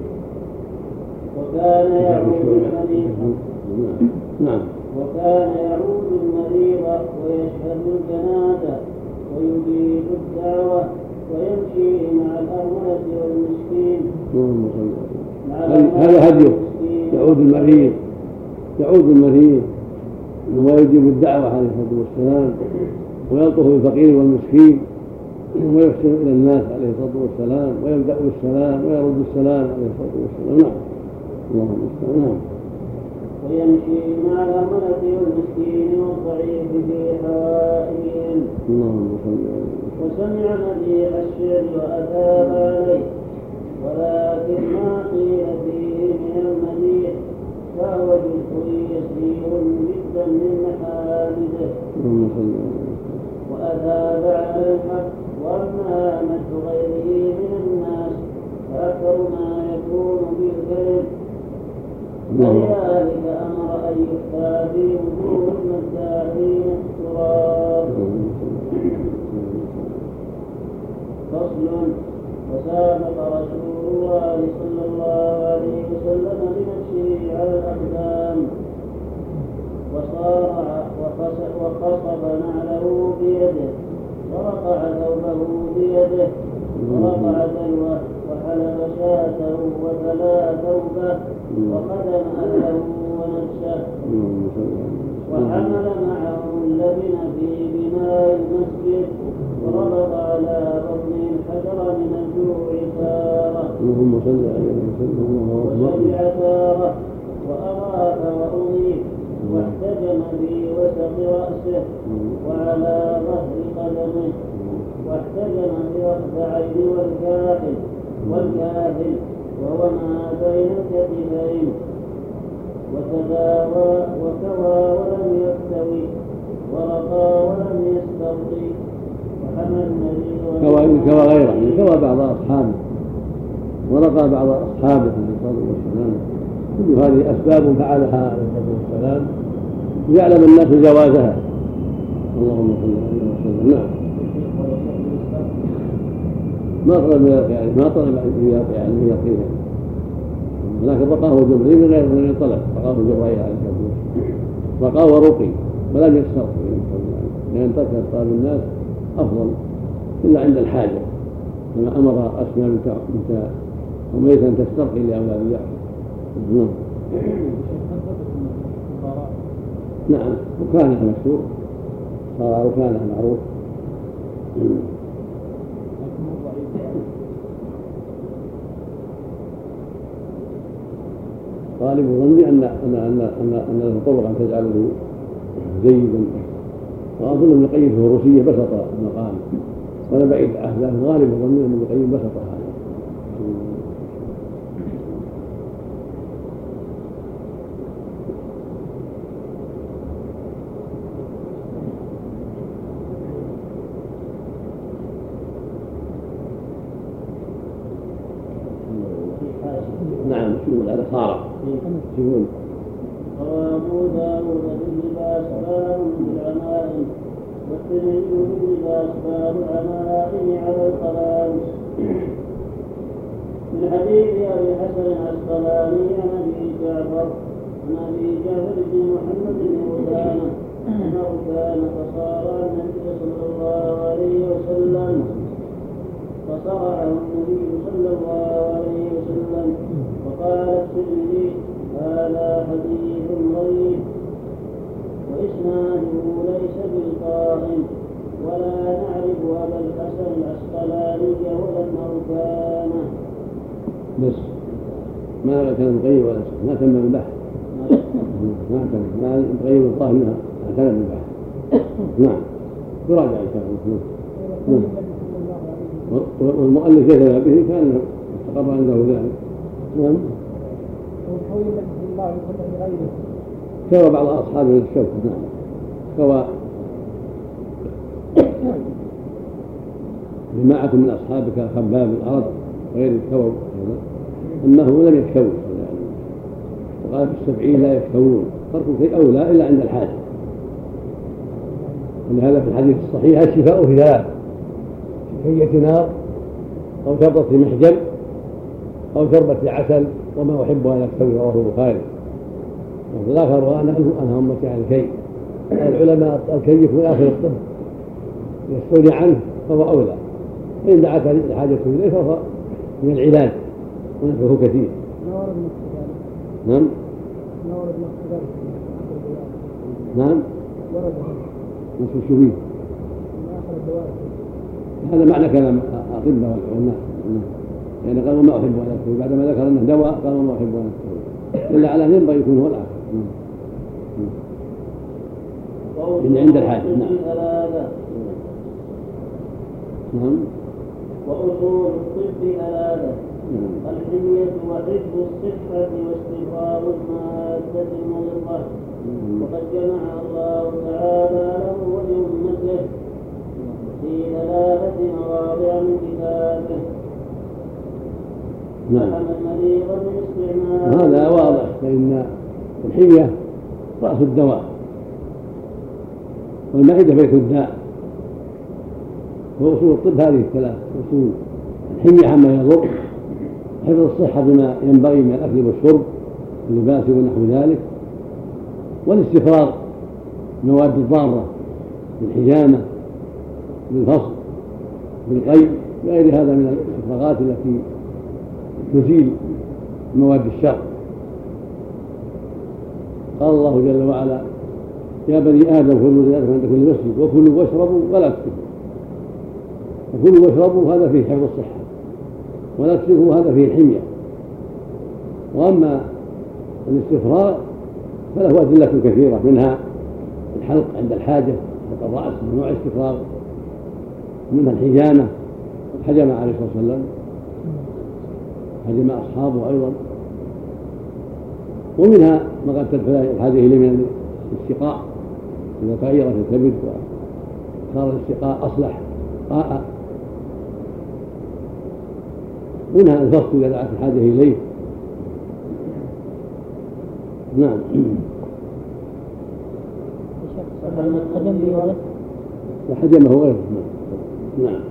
B: وكان يعود المريض
A: نعم.
B: وكان يعود المريض ويشهد الجنازة ويجيب الدعوة ويمشي مع الأرملة والمسكين.
A: هذا هديه، يعود المريض يعود المريض ويجيب الدعوة عليه الصلاة والسلام ويلطف بالفقير والمسكين ويحسن إلى الناس عليه الصلاة والسلام ويبدأ بالسلام ويرد السلام عليه الصلاة والسلام. نعم. اللهم المستعان.
B: ويمشي مع الأرملة والمسكين والضعيف في حوائجهم.
A: اللهم صل على
B: وسمع مديح الشعر وأثاب عليه، ولكن ما قيل فيه من المديح فهو جزء يسير جدا من محامده.
A: اللهم صل على
B: وأثاب على الحق، وأما مدح غيره من الناس فأكثر ما يكون بالكذب، فلذلك أمر أن يفتى في وجوه المداحين التراب. فصل. وسابق رسول الله صلى الله عليه وسلم بنفسه على الأقدام وصارع وقصب نعله بيده ورقع ثوبه بيده ورفع دلوه وحلب شاته وتلا ثوبه وخدم أهله ونفسه وحمل معه اللبن في بناء المسجد وربط على بطنه الحجر من الجوع تارة وشبع تارة وأراك وأضيف واحتجم في وسط رأسه وعلى ظهر قدمه واحتجم برفعين والكاحل والكاحل وهو ما بين الكتفين وتداوى وكوى ولم يستوي ورقى ولم يستوي الأرض وحمى النبي
A: كوى كوى غيره يعني كوى بعض أصحابه ورقى بعض أصحابه عليه الصلاة والسلام. كل هذه أسباب فعلها عليه الصلاة والسلام يعلم الناس جوازها. اللهم صل عليه وسلم. نعم. ما طلب يعني ما طلب يعني يقين، ولكن رقاه جبريل من غير من طلب، رقاه جبريل عليه الصلاة والسلام، رقاه ورقي ولم يسترق، لأن ترك طلب الناس أفضل إلا عند الحاجة، كما أمر أسماء بنت أميس أن تسترقي لأولاد جعفر. نعم. وكانها مشهور، صار وكانها معروف. غالب ظني أن أن أن أن أن طرقا تجعله جيدا، وأظن ابن القيم في الروسية بسط المقام ولا بعيد أهله. غالب ظني أن ابن القيم بسط هذا. نعم. شو هذا صار يقول
B: أبو داود باللباس باب بالعمائم والترمذي باللباس باب العمائم على القلائم. من حديث أبي حسن العسقلاني عن أبي جعفر عن أبي جعفر بن محمد بن عثمان أنه كان فصارع النبي صلى الله عليه وسلم فصرعه النبي صلى الله عليه وسلم وقال الترمذي هذا حديث غريب وإسناده ليس بالقائم ولا نعرف أبا الحسن العسقلاني ولا المركانة.
A: بس ما كان مغيب ولا ما تم البحث. ما تم ما مغيب الظاهر منها ما تم البحث. نعم. يراجع إن شاء الله. والمؤلف يذهب به كان استقر عنده ذلك. نعم. كوى بعض أصحابه الشوك. نعم. كوى جماعة من أصحابك خباب الأرض غير الكوى، أنه لم يكتووا يعني. وقال في السبعين لا يكتوون، فرق شيء أولى إلا عند الحاجة. ولهذا في الحديث الصحيح الشفاء في ثلاث: شفية نار أو شربة محجم أو شربة عسل وما أحب أن يكتوي. رواه البخاري. وفي الآخر أنا أنا أمتي عن الكي. العلماء الكي يكون آخر الطب يستغني عنه فهو أولى، فإن دعت الحاجة إليه فهو من العلاج ونفعه كثير. نعم. نعم. نفس الشبيه. هذا معنى كلام الأطباء والعلماء، يعني قالوا ما أحب أن أكتوي بعدما ذكر أنه دواء قالوا ما أحب أن أكتوي، إلا على ينبغي يكون هو الآخر. إن عند الحاجة. نعم. نعم.
B: وأصول الطب ثلاثة: الحمية وحفظ الصحة واستفراغ المادة المضرة. وقد جمع الله تعالى له ولأمته في ثلاثة مواضع من كتابه.
A: نعم.
B: المريض بالاستعمال.
A: هذا واضح، فإن الحمية رأس الدواء والمعدة بيت الداء. وأصول الطب هذه الثلاث أصول: الحمية عما يضر، حفظ الصحة بما ينبغي من الأكل والشرب واللباس ونحو ذلك، والاستفراغ المواد الضارة بالحجامة بالفصل بالقيء غير هذا من الاستفراغات التي تزيل مواد الشر. قال الله جل وعلا: يا بني آدم كلوا رزقكم عند كل مسجد وكلوا واشربوا ولا تسرفوا. وكلوا واشربوا هذا فيه حفظ الصحة، ولا تسرفوا هذا فيه الحمية. وأما الاستفراغ فله أدلة كثيرة، منها الحلق عند الحاجة، حلق الرأس من نوع استفراغ، منها الحجامة، حجم عليه الصلاة والسلام، حجم أصحابه أيضا، ومنها ما قد تدفع الحاجة إليه من الاستقاء إذا تغيرت الكبد صار الاستقاء أصلح قاء، منها الفصل إذا دعت الحاجة إليه. نعم. وحجمه غيره. نعم.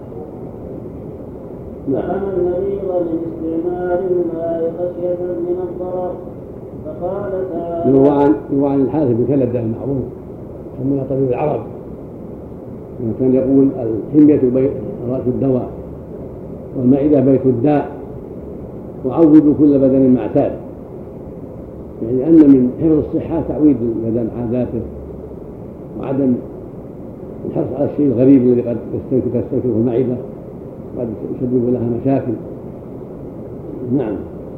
B: نعم. فحمى المريض من استعمال الماء خشية من الضرر، فقال تعالى:
A: يروى عن الحارث بن كلد المعروف يسمونه طبيب العرب، كان يقول: الحمية رأس الدواء، والمعدة بيت الداء، وعودوا كل بدن معتاد. يعني أن من حفظ الصحة تعويد البدن عاداته، وعدم الحرص على الشيء الغريب الذي قد تستنكفه المعدة قد يسبب لها مشاكل. نعم.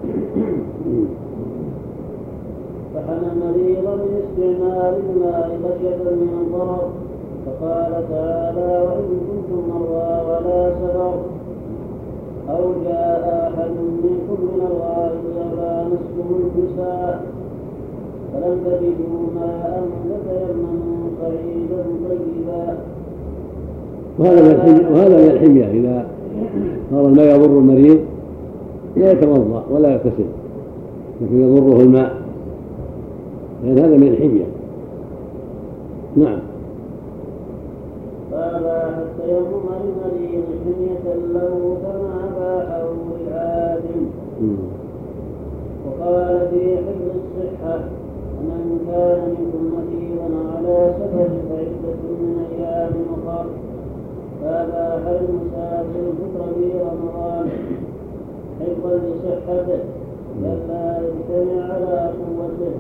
B: فحمى المريض من استعمال الماء خشية من الضرر، فقال تعالى: وإن كنتم مرضى ولا سفر أو جاء أحد منكم من الغائط أو لامستم النساء فلم تجدوا ماء فتيمموا صعيدا طيبا.
A: وهذا من الحمية، إذا صار الماء يضر المريض لا يتوضأ ولا يغتسل، لكن يضره الماء، لأن هذا من الحمية. نعم.
B: فأباح التيمم للمريض حمية له كما أباحه للعادم. وقال في حفظ الصحة: من كان منكم مريضا على سفر فعدة من أيام أخر. فأباح المسافر الفطر في رمضان حفظا لصحته لئلا يجتمع على قوته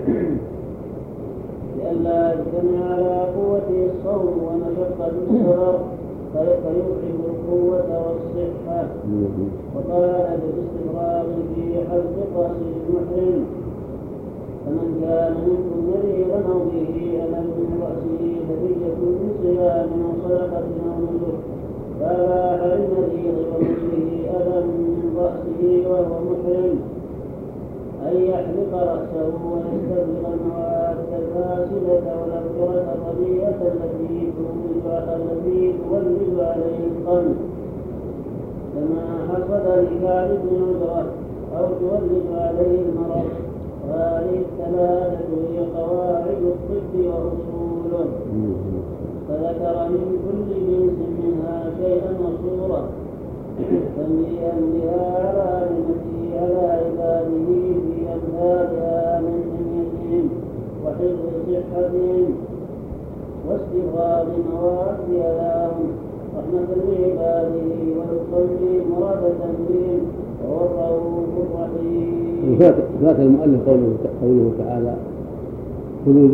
B: لئلا يجتمع على قوته الصوم ومشقة السفر فيضعف القوة والصحة. وقال بالاستفراغ في حلق رأس المحرم: فمن كان منكم مريضا أو به ألم من رأسه ففدية من صيام أو صدقة أو نسك. فأباح للمريض ومثله ألم من رأسه وهو محرم أن يحلق رأسه ويستبلغ المواد الفاسدة والأبكرة الطبيعة التي التي تولد عليه القلب، كما حصل لكعب بن عجرة، أو تولد عليه المرض. وهذه الثلاثة هي قواعد الطب وأصوله. فذكر من كل جنس منها شيئا وصورة تنبيها بها على علمته على عباده في أمثالها من حميتهم وحفظ صحتهم واستفراغ مواد أذاهم رحمة لعباده ويصلي مرادة بهم وهو الرؤوف الرحيم.
A: فات المؤلف قوله تعالى: كلوا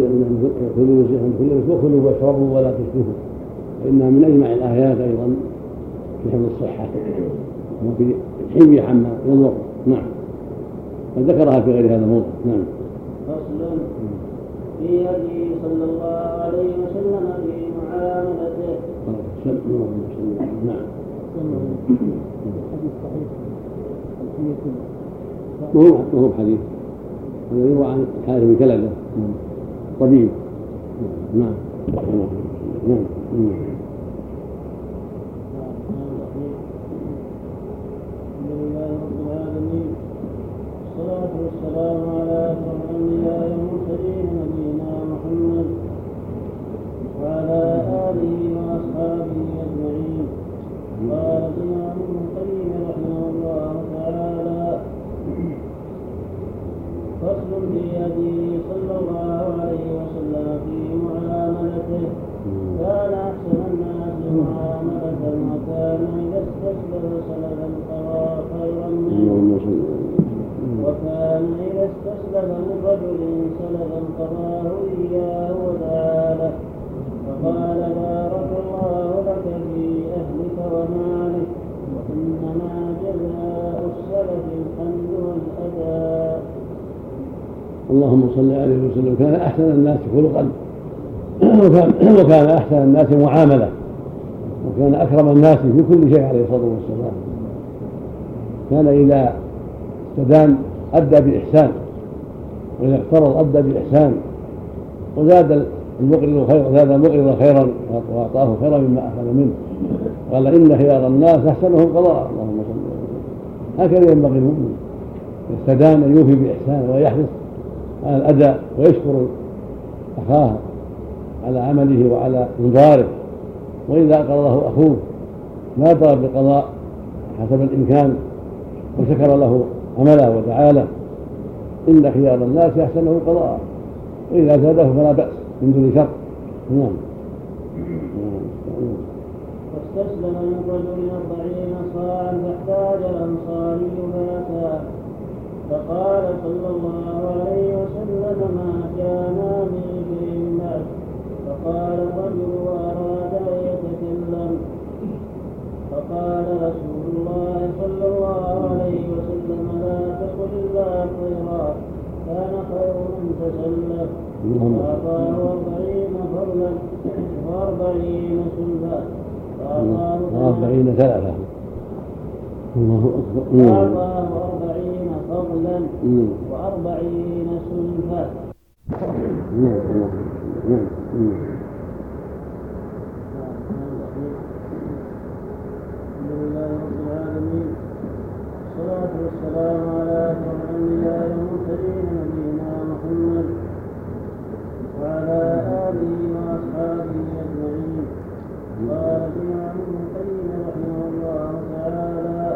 A: كلوا واشربوا ولا تسرفوا، فإنها من أجمع الآيات أيضا في حفظ الصحة وفي الحمية عما يضر. نعم. وذكرها في غير هذا الموضوع. نعم.
B: فصل في هدي صلى الله عليه وسلم في معاملته.
A: نعم.
D: الحديث صحيح الحمية
A: ما هو حديث، هذا يروى عن الحارث بن كلدة طبيب. نعم. نعم.
B: والصلاة والسلام على أشرف الأنبياء والمرسلين نبينا محمد وعلى آله وأصحابه أجمعين. قال الإمام ابن القيم رحمه الله تعالى: فصل في هديه صلى الله عليه وسلم في معاملته. كان أحسن الناس معاملة وكان إذا استسلم سلفا قضى خيرا منه، وكان إذا استسلم من رجل سلفا قضاه إياه وتعالى فقال: بارك الله لك في أهلك ومالك، وإنما جزاء السلف الحمد والأداء.
A: اللهم صل عليه وسلم. كان أحسن الناس خلقا وكان أحسن الناس معاملة، وكان أكرم الناس في كل شيء عليه الصلاة والسلام. كان إذا استدان أدى بإحسان، وإذا اقترض أدى بإحسان، وزاد المقرض خير زاد المقرض خيرا واعطاه خيرا مما اخذ منه. قال ان خيار الناس احسنهم قضاء. اللهم صل وسلم. هكذا ينبغي المؤمن يستدان ان يوفي باحسانه ويحرص على الاداء ويشكر اخاه على عمله وعلى انظاره، واذا قرضه اخوه ما طلب بقضاء حسب الامكان وشكر له عمله وتعالى. ان خيار الناس احسنه قضاء، واذا زاده فلا باس من دون شر. نعم.
B: واستسلم من رجل أربعين صاعا فاحتاج الأنصاري فأتاه فقال صلى الله عليه وسلم ما كان من شيء بعد. فقال الرجل وأراد أن يتكلم فقال رسول الله صلى الله عليه وسلم لا تقل إلا خيرا كان خير من تسلف فأعطاه أربعين فضلا وأربعين سلفا
A: أربعين ثلاثة. الله أكبر.
B: فأعطاه أربعين فضلا وأربعين سلفا. الحمد لله رب العالمين، والصلاة والسلام على أشرف الأنبياء والمرسلين نبينا محمد وعلى آله وأصحابه أجمعين. قال الإمام ابن القيم رحمه الله تعالى: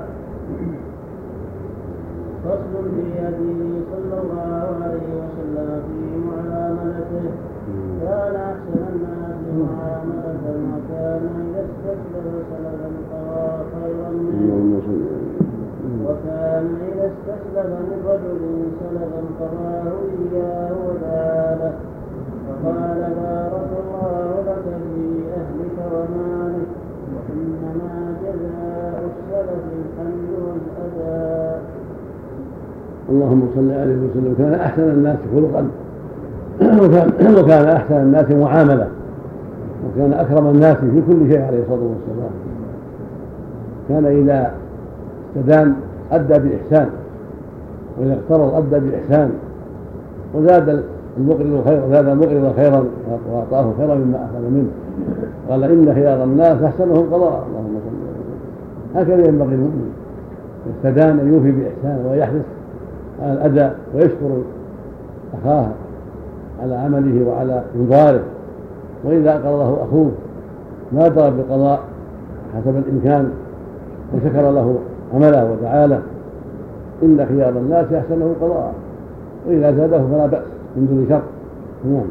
B: فصل في هديه صلى الله عليه وسلم في معاملته. كان أحسن الناس معاملة وكان إذا استسلم سلفا قضى خيرا منه، وكان إذا استسلم من رجل سلفا قضاه إياه وتعالى فقال بارك الله لك في أهلك ومالك وإنما جزاء السلف الحمد والأداء.
A: اللهم صل عليه وسلم. كان أحسن الناس خلقا وكان, وكان أحسن الناس معاملة، وكان أكرم الناس في كل شيء عليه الصلاة والسلام. كان إذا استدان أدى بإحسان، وإذا اقترض أدى بإحسان، وزاد المقرض خير زاد المقرض خيرا واعطاه خيرا مما اخذ منه. قال ان خيار الناس احسنهم قضاء. اللهم صل وسلم. هكذا ينبغي المؤمن يستدان ان يوفي باحسانه ويحرص على الاداء ويشكر اخاه على عمله وعلى انظاره، واذا قرضه اخوه ما طلب بقضاء حسب الامكان وشكر له عمله وتعالى. ان خيار الناس احسنه قضاء، واذا زاده فلا باس من دون شر. نعم.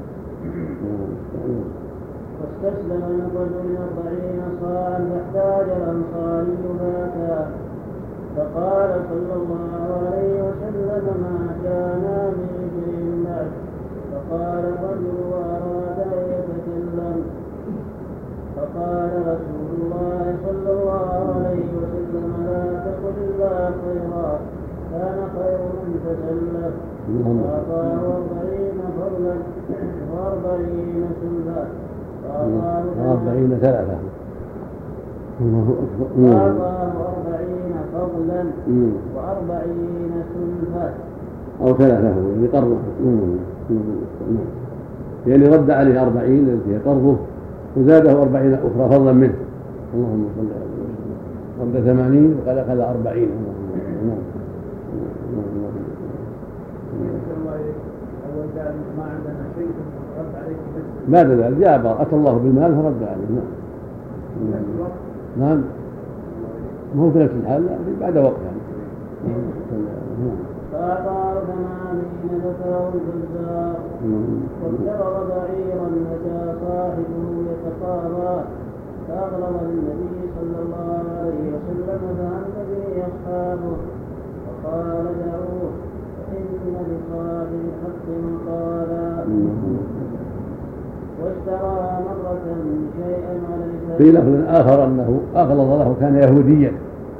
B: واستسلم من رجل أربعين صاعا فاحتاج الأنصاري فأتاه فقال صلى الله عليه وسلم ما كان من شيء بعد. فقال الرجل وأراد أن يتكلم فقال رسول الله صلى الله عليه وسلم لا تقل إلا خيرا كان خير من تسلف فأعطاه أربعين فضلا وأربعين سلفا
A: أربعين ثلاثة.
B: فأعطاه أربعين فضلا وأربعين سلفا
A: أو ثلاثة يعني قرضه، يعني رد عليه أربعين التي هي قرضه وزاده أربعين أخرى فضلا منه. اللهم صل على وسلم. رد ثمانين وقال أخذ أربعين.
D: ما عندنا شيء رد عليك بس
A: بعد ذلك جاء أتى الله بالمال فرد عليه. نعم نعم ما هو في نفس الحال بعد وقت يعني.
B: فأعطاه ثمانين ذكره الجزار واقترض بعيرا فجاء صاحبه يتقاضى فأغلظ النبي صلى الله عليه وسلم فهم به أصحابه وقال دعوه فإن لصاحب الحق مقالا. واشترى مرة شيئا وليس
A: في لفظ آخر أنه أغلظ له كان يهوديا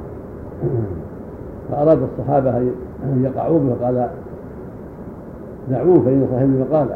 A: فأراد الصحابة أن يقعوا به فقال دعوه فإن صاحب مقالا.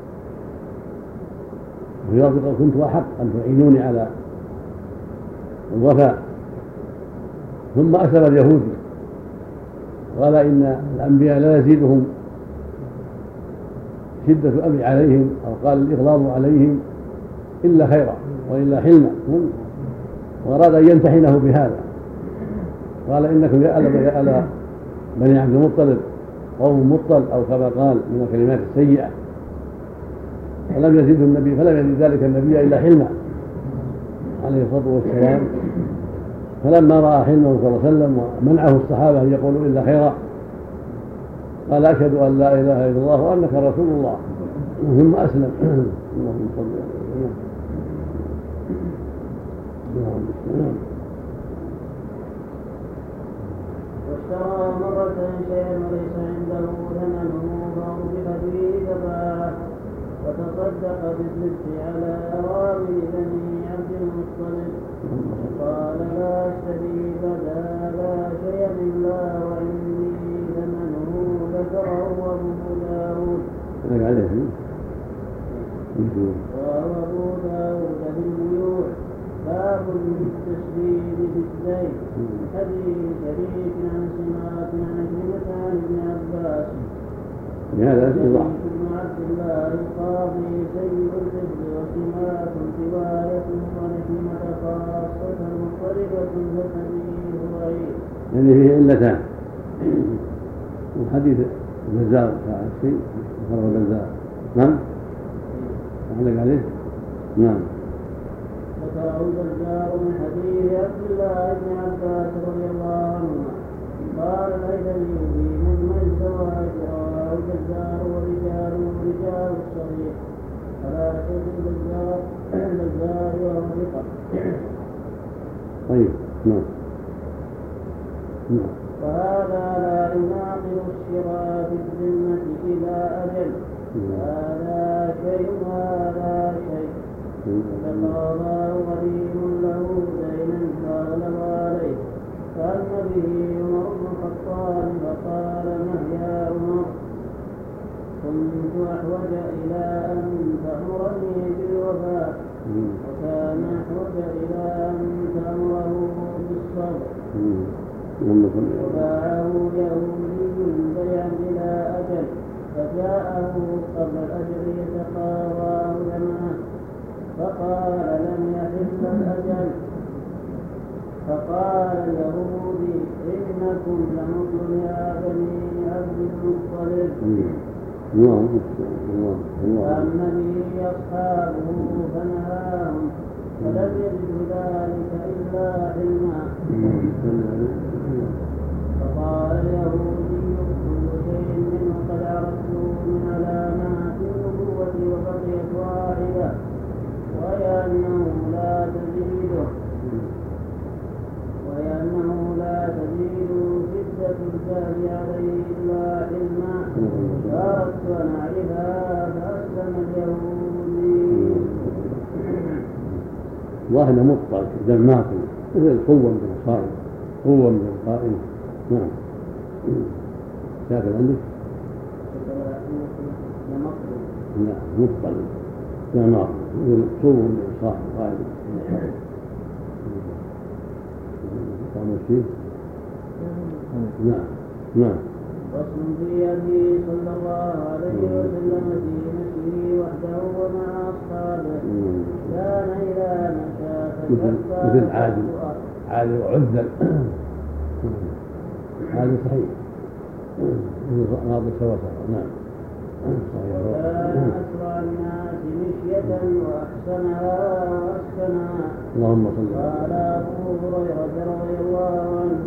A: وفي لفظ قال كنت أحق أن تعينوني على الوفاء. ثم أسلم اليهودي قال إن الأنبياء لا يزيدهم شدة الأمر عليهم أو قال الإغلاظ عليهم إلا خيرا وإلا حلما، وأراد أن يمتحنه بهذا. قال إنكم يا آل يا آل بني عبد المطلب قوم مطل، أو كما قال من الكلمات السيئة. فلم يزده النبي فلم يزد ذلك النبي إلا حلما عليه الصلاة والسلام. فلما رأى حلمه صلى الله عليه وسلم ومنعه الصحابة أن يقولوا إلا خيرا قال أشهد أن لا إله إلا الله وأنك رسول الله، ثم أسلم. اللهم صل على سيدنا.
B: واشترى مرة شيئا وليس عنده ثمنه فأوجب به فباعه وتصدق بالزبد على أرامل بني عبد المطلب. قال لا أشتري بدا لا شيئا إلا وعندي ثمنه. ذكره أبو داود وهو أبو داود بالبيوع. باب التشديد بالزيت. حديث شريك عن سماك عن كلمة عن ابن عباس.
A: لهذا
B: بن عبد الله القاضي سيد الحفظ وسماك روايته ونكلمة خاصة مضطربة كالحديث ضعيف.
A: يعني فيه علتان. وحديث البزار فعل شيء ذكره البزار. نعم علق عليه. نعم
B: ذكره البزار من حديث عبد الله بن عباس رضي الله عنهما قال الهيثمي في مجمع الزواج رواه البزار ورجال رجال الصحيح على شيخ البزار البزار وهو ثقة.
A: طيب نعم نعم.
B: وهذا لا يناقض الشراء في الذمة إلى أجل. هذا شيء هذا شيء. فقضاه غريم له دينا فغلب عليه فأما به عمر بن الخطاب فقال مه يا عمر كنت أحوج إلى أن تأمرني بالوفاء وكان أحوج إلى أن تأمره بالصبر. وباعه يهودي بيعا إلى أجل فجاءه قبل الأجل يتقاضاه ثمنه فقال لم يحل الأجل. فقال اليهودي إنكم لمثل يا بني عبد المطلب. فأما به أصحابه فنهاهم فلم يجد ذلك إلا حلما. فقال اليهودي كل شيء منه قد عرفت من علامات النبوة وبقيت واحدة وهي أنه لا تزيده وهي أنه لا تزيد شدة الجهل عليه إلا حلما. فأردت أن أعرفها فأسلم اليهودي.
A: ظاهر مطلق جماعة مثل القوة من الصائم قوة من القائم. نعم شاكل عندك؟ نعم مطلق جماعة مثل قوة من الصائم قائم. نعم نعم.
B: فصل في هديه صلى الله عليه وسلم في مشيه وحده ومع أصحابه. كان إذا مشى
A: مثل عادل عادل وعزل. هذا صحيح هذا سوا سوا. نعم.
B: وكان أسرع الناس مشية وأحسنها وأسكنها.
A: اللهم صل على
B: قال أبو هريرة رضي الله عنه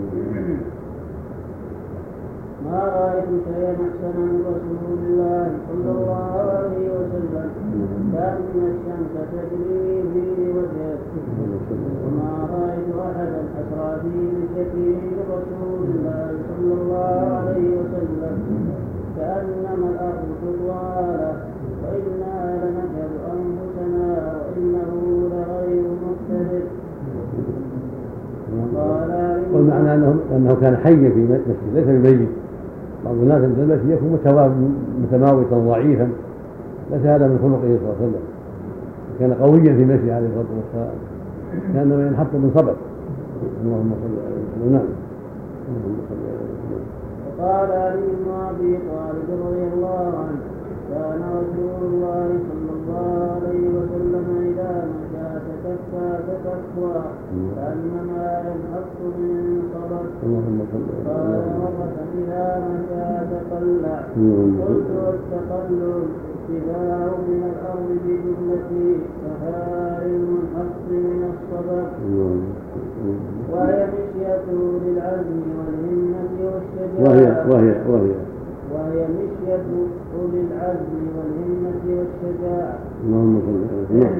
B: ما رأيت شيئا أحسن من رسول الله صلى الله عليه وسلم كأن الشمس تجري في وجهه. وما رأيت أحدا أسرع في مشيته برسول الله صلى الله عليه وسلم كأنما الأرض تطواله وإنا لنجهل أنفسنا وإنه لغير مقتدر.
A: والمعنى أنه, أنه كان حيا في مسجد ليس بميت. بعض الناس عند المشي يكون متماوتا ضعيفا، ليس هذا من خلقه صلى الله عليه وسلم. كان قويا في مشي عليه الصلاة والسلام كان ينحط من صبر. اللهم صل على وسلم. نعم.
B: وقال علي بن أبي طالب رضي الله عنه كان رسول الله صلى الله عليه وسلم إذا مشى تكفى تكفى كأنما ينحط من صبر. قال مرة إذا مشى تقلع. قلت والتقلع اتباع من الأرض بجملة كفار المنحط من الصبر. وهي مشيته للعزم والهمة والشجاعة.
A: وهي وهي وهي
B: وهي مشية أولي العزم والهمة والشجاعة.
A: اللهم صل على.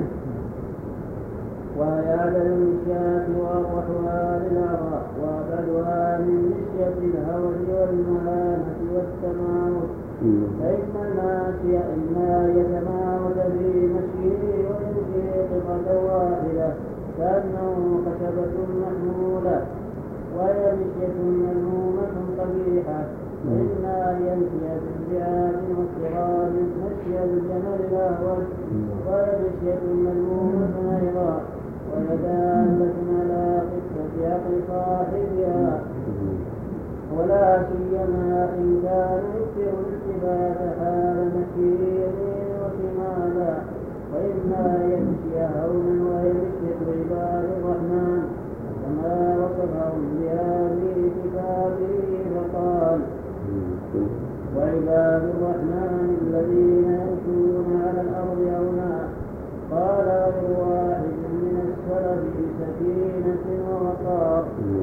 B: وهي أعدل المشيات وأروحها للأعضاء وأبعدها من مشية الهوى والمهانة والتماوت. فإن الماشي إما يتماوت في مشيه ويمشي قطعة واحدة كأنه خشبة محمولة. وهي مشية مذمومة قبيحة. وإما يمشي بانبعاث واضطراب مشي الجمل الأهوج. وهي مشية مذمومة أيضا. وهي دالة على قصة عقل صاحبها ولا سيما إن كان يكثر الالتفات حال مشيه وشمالا. وإما يمشي هونا وهي مشية عباد الرحمن كما وصفهم بهذه كتابه فقال وعباد الرحمن الذين يمشون على الأرض هونا. قال غير واحد من السلف بسكينة ووقار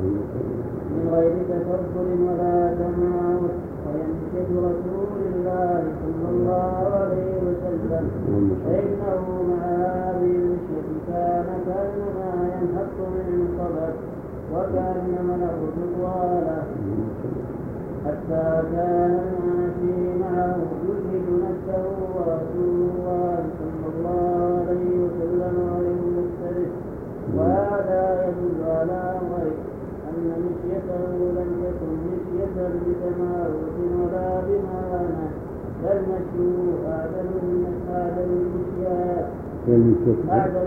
B: من غير تكبر ولا تماوت. ويمشي رسول الله صلى الله عليه وسلم فإنه مع هذه المشية كان كأنما ينحط من صبر وكأنما الأرض طواله حتى كان الماشي معه يجهد نفسه ورسول الله صلى الله عليه وسلم غير مختلف. وهذا يدل على غير أن مشيته لم تكن مشية بتماوت ولا بمهانة بل مشيه أعدل أعدل المشيات أعدل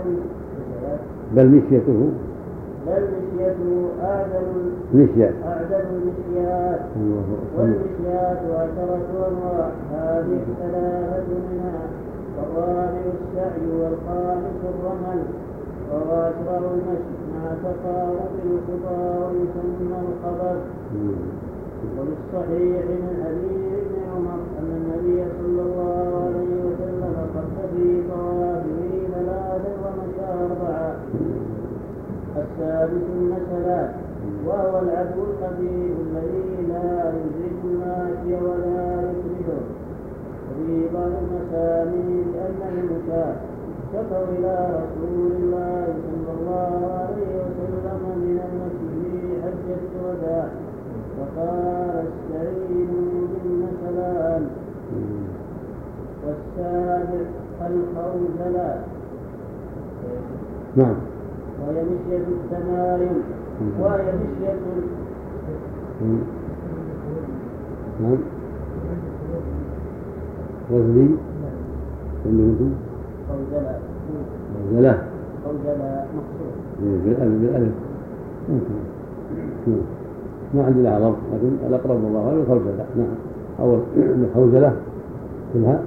A: بل مشيته
B: بل مشيته أعدل
A: مشيات
B: أعدل المشيات. والمشيات عشرة أنواع هذه الثلاثة منها. والرابع السعي والخامس الرمل. وهو أسرع المشي مع تقارب الخطى ويسمى الخبر. وللصحيح من حديث ابن عمر أن النبي صلى الله عليه وسلم قد في طوافه ثلاثا ومشى أربعة. السادس النسلات وهو العدو الخبيث الذي لا يزعج الماشي ولا يكرهه. وفي بعض المسامير أن المشاة شكوا إلى رسول الله صلى الله عليه وسلم من المشي في حجة الوداع وقال استعينوا بالنسلان. والسابع الخوزلات
A: نعم
B: وهي مشية التمارين وهي مشية
A: نعم وزني كلمة
B: خوزلات
A: خوزلة
B: خوزلات مقصود
A: بالألف بالألف ممكن ما عندنا عرب لكن الأقرب والله أعلم خوزلة. نعم أول خوزلة كلها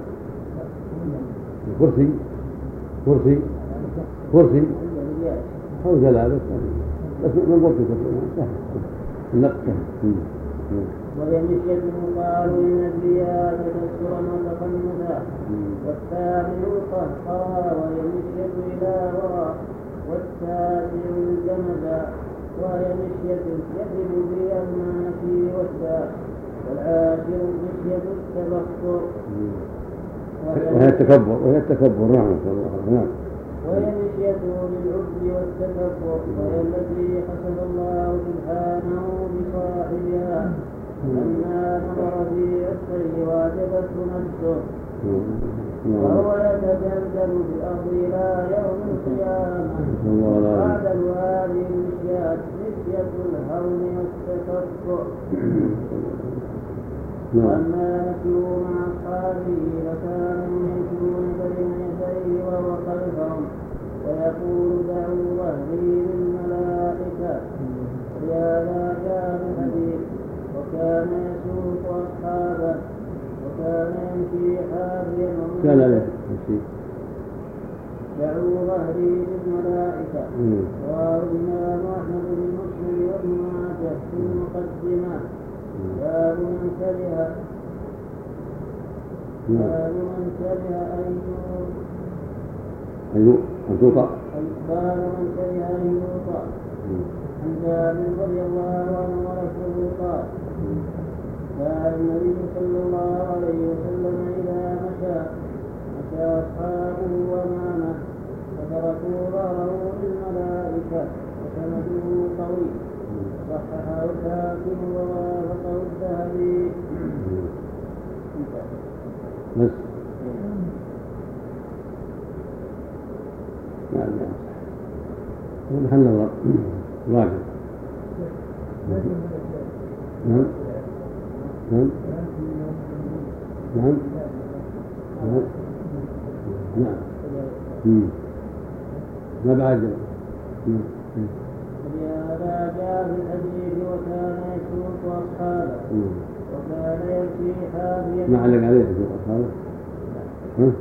A: كرسي كرسي كرسي خوزلة بس بس من ضبط النقطة.
B: وهي مشية قال إن فيها تكسرا وتقنتا. والثامن القهقرى وهي مشية إلى وراء. والتاسع الجمدا وهي مشية يجب بها الماشي والداء. والعاشر مشية التبخر
A: وهي التكبر وهي التكبر. نعم نعم
B: وهي مشية للعجب والتكبر. وهي التي حسب الله سبحانه بصاحبها لما نظر في عصره وعجبته نفسه وهو يتجلجل في الأرض إلى يوم القيامة. وأعدل هذه المشيات مشية الهون والتكبر. وأما مشيه مع أصحابه فكانوا يمشون بين يديه وهو خلفهم ويقول دعوا ظهري للملائكة. ولهذا جاء الحديث وكان يسوق أصحابه وكان يمشي حافيا
A: كان له يمشي
B: دعوا ظهري للملائكة. رواه الإمام أحمد بن مسلم وابن ماجه في المقدمة. باب من كره باب من كره أن
A: أن توطأ
B: باب من كره أن يوطأ. عن جابر رضي الله عنه ورسوله قال كان النبي صلى الله عليه وسلم إذا مشى مشى أصحابه أمامه فتركوا ظهره للملائكة وسنده قوي. صححه الحاكم ووافقه الذهبي.
A: بس نعم نعم محل نظر راجع نعم نعم نعم نعم نعم ما بعد
B: ولهذا جاء في الحديث وكان يسوق أصحابه وكان يمشي حافيا.
A: ما علق عليه يسوق أصحابه؟ ها؟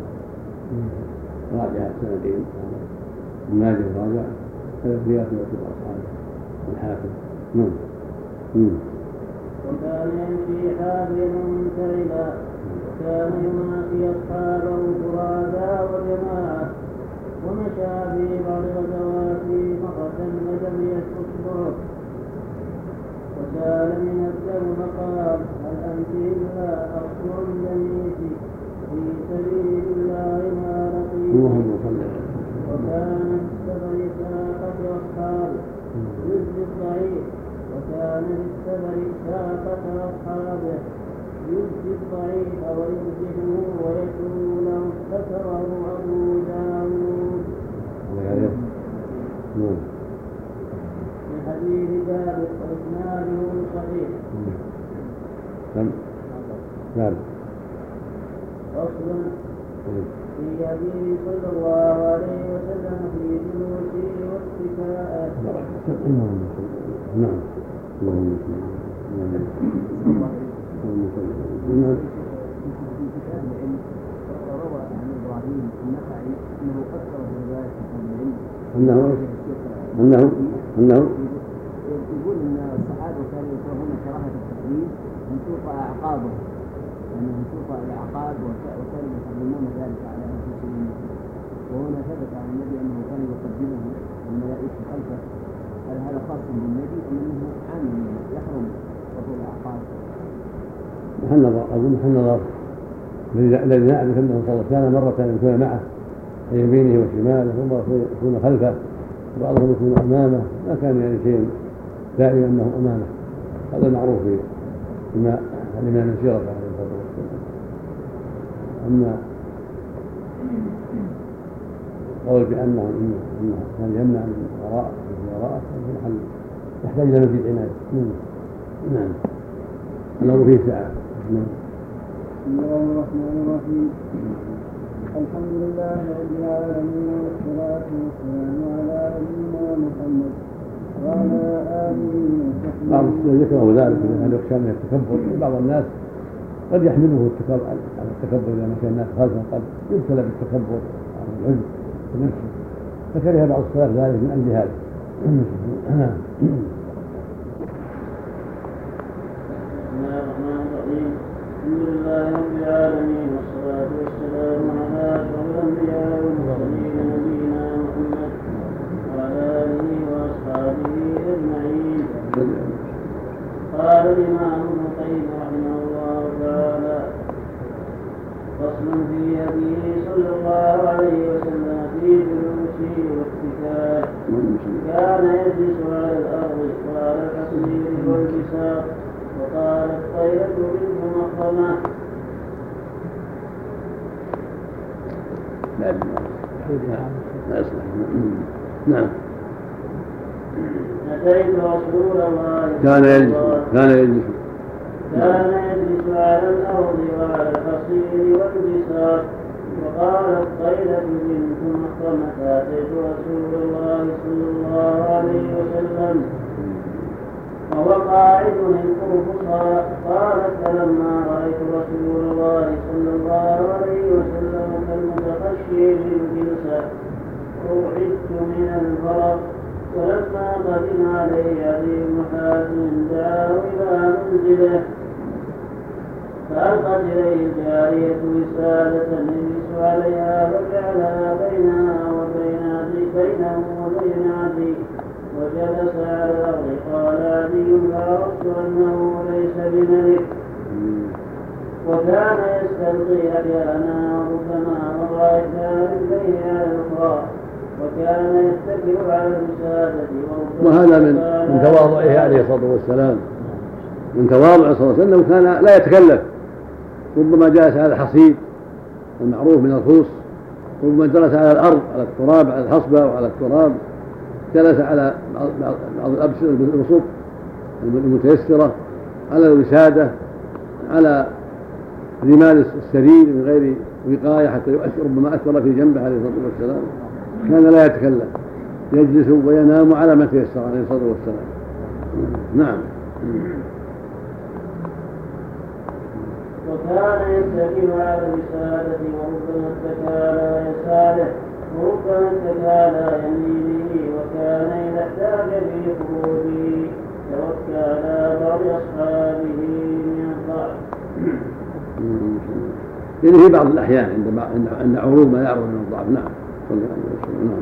A: راجع سنتين الماجد راجع ثلاث رياض يسوق أصحابه الحاكم. نعم
B: وكان يمشي حافيا منتعبا وكان يماشي أصحابه فرادا وجماعة. ومشى في بعض غزواته مرة ولم يسقط بعض وسال من الدم فقال هل أنت إلا أصل جميت في سبيل الله ما لقيت. وكان السبع ساقة أصحابه يجزي الضعيف وكان للسبع ساقة أصحابه يجزي الضعيف ويجزيه ويكون له ذكره أبو داود. من حديث جابر وإسناده صحيح. فصل في هديه صلى الله عليه وسلم في جلوسه واتكاءه.
A: نعم اللهم
D: روى عن ابراهيم النخعي انه اكثر في روايه العلم
A: انه انه انه
D: يقول ان الصحابه كانوا يكرهون كراهه التحريم ان توقع اعقابهم يعني ان توقع الاعقاب وكانوا يحرمون ذلك على انفسهم. وهنا ثبت عن النبي انه كان يقدمه الملائكه خلفه. هل هذا خاص بالنبي ام انه عام يحرم وقوع الاعقاب؟
A: محل نظر اقول محل نظر الذي نعرف انه صلى الله عليه وسلم مرة يكون معه عن يمينه وشماله ومرة يكون خلفه وبعضهم يكون امامه. ما كان يعني شيء دائما انه امامه. هذا المعروف بما علمنا من سيرته عليه الصلاه والسلام. اما قول بانه انه كان يمنع من وراءه من وراءه في محل يحتاج الى مزيد عنايه. نعم الامر فيه سعه.
D: بسم الله الرحمن الرحيم. الحمد لله رب العالمين والصلاة والسلام على نبينا محمد وعلى آله وصحبه.
A: بعض ذكره ذلك أن يخشى من التكبر. بعض الناس قد يحمله التكبر على التكبر إذا مشى الناس خلفه قد يبتلى بالتكبر على العلم بنفسه فكره بعض السلف ذلك من أجل هذا.
B: الحمد لله رب العالمين والصلاة والسلام على أشرف الأنبياء والمرسلين نبينا محمد وعلى آله وأصحابه أجمعين. قال الإمام ابن القيم رحمه الله تعالى فصل في هديه صلى الله عليه وسلم في جلوسه واتكائه. كان يجلس على الأرض وعلى الحصير والبساط وقالت طيرة بنت مخرمة
A: لا لا يصلح. نعم
B: أتيت رسول الله
A: كان يجلس كان يجلس
B: كان يجلس على الأرض وعلى الحصير والبساط وقالت طيرة بنت مخرمة أتيت رسول الله صلى الله عليه وسلم وهو قاعد ينقر قالت فلما رأيت رسول الله صلى الله عليه وسلم كالمتخشي بالجلسة أوعدت من الفرق. ولما قدم عليه أبي بن حاتم دعاه إلى منزله فألقت إليه الجارية وسادة يجلس عليها فجعلها بينها وبين عدي بينه وبين عدي وجلس على الأرض. قال عدي فعرفت أنه ليس بملك وكان يستلقي أحيانا وربما وضع إحدى رجليه على الأخرى وكان يتكئ على الوسادة.
A: وهذا من من تواضعه عليه الصلاة والسلام، من تواضعه صلى الله عليه وسلم كان لا يتكلف. ربما جلس على الحصيد المعروف من الخوص، ربما جلس على الأرض على التراب على الحصبة وعلى التراب، جلس على بعض البسط المتيسرة، على الوسادة، على رمال السرير من غير وقاية حتى يؤثر ربما أثر في جنبه عليه الصلاة والسلام. كان لا يتكلم، يجلس وينام على ما تيسر عليه الصلاة والسلام. نعم.
B: وكان يتكئ على الوسادة وربما اتكى على يساره وربما اتكى على يمينه. وكان إذا احتاج في خروجه توكى على بعض أصحابه من الضعف.
A: يعني في بعض الأحيان عند عند عروض ما يعرض من الضعف. نعم. نعم.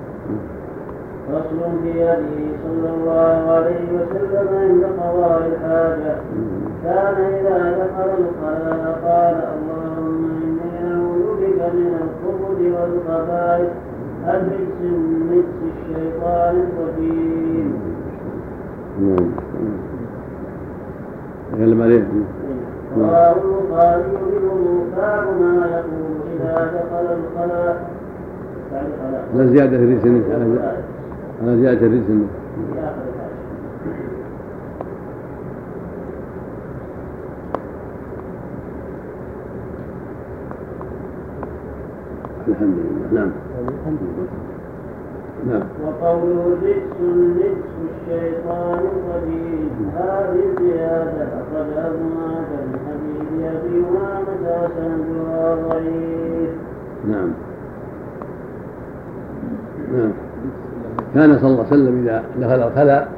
B: فصل في هديه صلى الله عليه وسلم عند قضاء الحاجة. كان إذا دخل الخلاء قال اللهم إني أعوذ بك من الخبث والخبائث الرجس من رجس الشيطان الرجيم.
A: يتكلم عليه.
B: رواه البخاري بالوضوء باب ما يقول إذا دخل الخلاء.
A: على زيادة الرجس على زيادة الرجس. الحمد لله. نعم. نعم.
B: وقوله رجس رجس الشيطان الرجيم هذه الزيادة أخرجها ابن ماجه من حديث أبي أمامة وسندها ضعيف.
A: نعم. نعم. كان صلى الله عليه وسلم إذا دخل الخلاء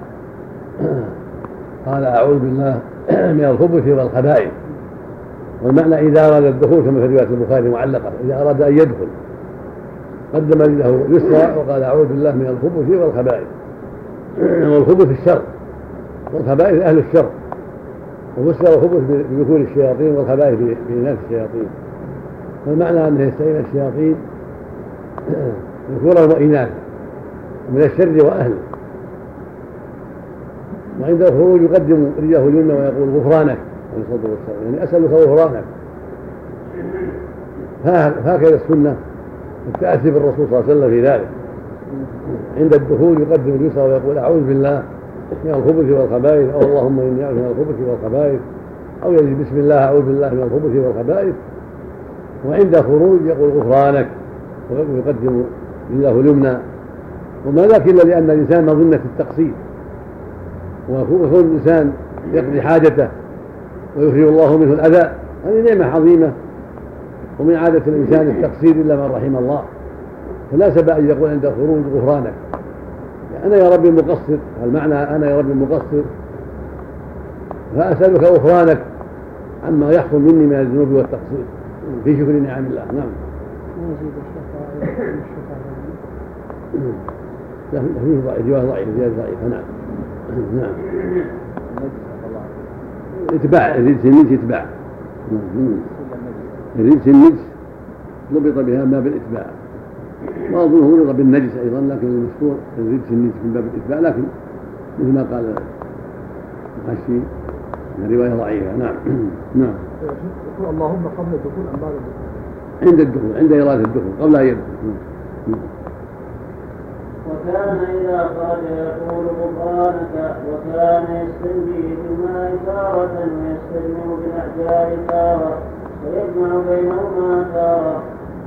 A: قال أعوذ بالله من الخبث والخبائث. والمعنى إذا أراد الدخول كما في رواية البخاري معلقة، إذا أراد أن يدخل قدم له يسرى وقال أعوذ بالله من الخبث والخبائث. والخبث الشر والخبائث أهل الشر، وفسر الخبث بذكور الشياطين والخبائث بإناث الشياطين. فالمعنى أنه يستعين الشياطين ذكورا وإناثا من الشر وأهله. وعند الخروج يقدم رجله اليمنى ويقول غفرانك عليه الصلاة والسلام، يعني أسألك غفرانك. هكذا السنة التأسي بالرسول صلى الله عليه وسلم في ذلك. عند الدخول يقدم اليسرى ويقول أعوذ بالله من الخبث والخبائث، أو اللهم إني أعوذ من الخبث والخبائث، أو يجي بسم الله أعوذ بالله من الخبث والخبائث. وعند الخروج يقول غفرانك ويقدم رجله اليمنى. وما ذاك إلا لأن الإنسان مظنة التقصير، ويكون الإنسان يقضي حاجته ويخرج الله منه الأذى، هذه نعمة عظيمة. ومن عادة الإنسان التقصير إلا من رحم الله، فلا سبب أن يقول عند الخروج غفرانك، أنا يا ربي مقصر. المعنى أنا يا ربي مقصر فأسألك غفرانك عما يحصل مني من الذنوب والتقصير في شكر نعم الله. نعم. لا فيه ضعيف، رواية ضعيف، زيادة ضعيفة. نعم. نعم. اتباع الرجس النجس اتباع. الرجس النجس ضبط بها من باب الاتباع، وأظنه ضبط بالنجس أيضا، لكن المشهور الرجس النجس من باب الاتباع، لكن مثل ما قال الحشي الرواية ضعيفة. نعم. نعم.
C: يقول اللهم قبل الدخول أم بعد الدخول؟
A: عند الدخول، عند إرادة الدخول قبل أن يدخل.
B: وكان إذا خرج يقول غفرانك. وكان يستنجي بالماء تارة ويستجمع بالأحجار تارة ويجمع بينهما تارة.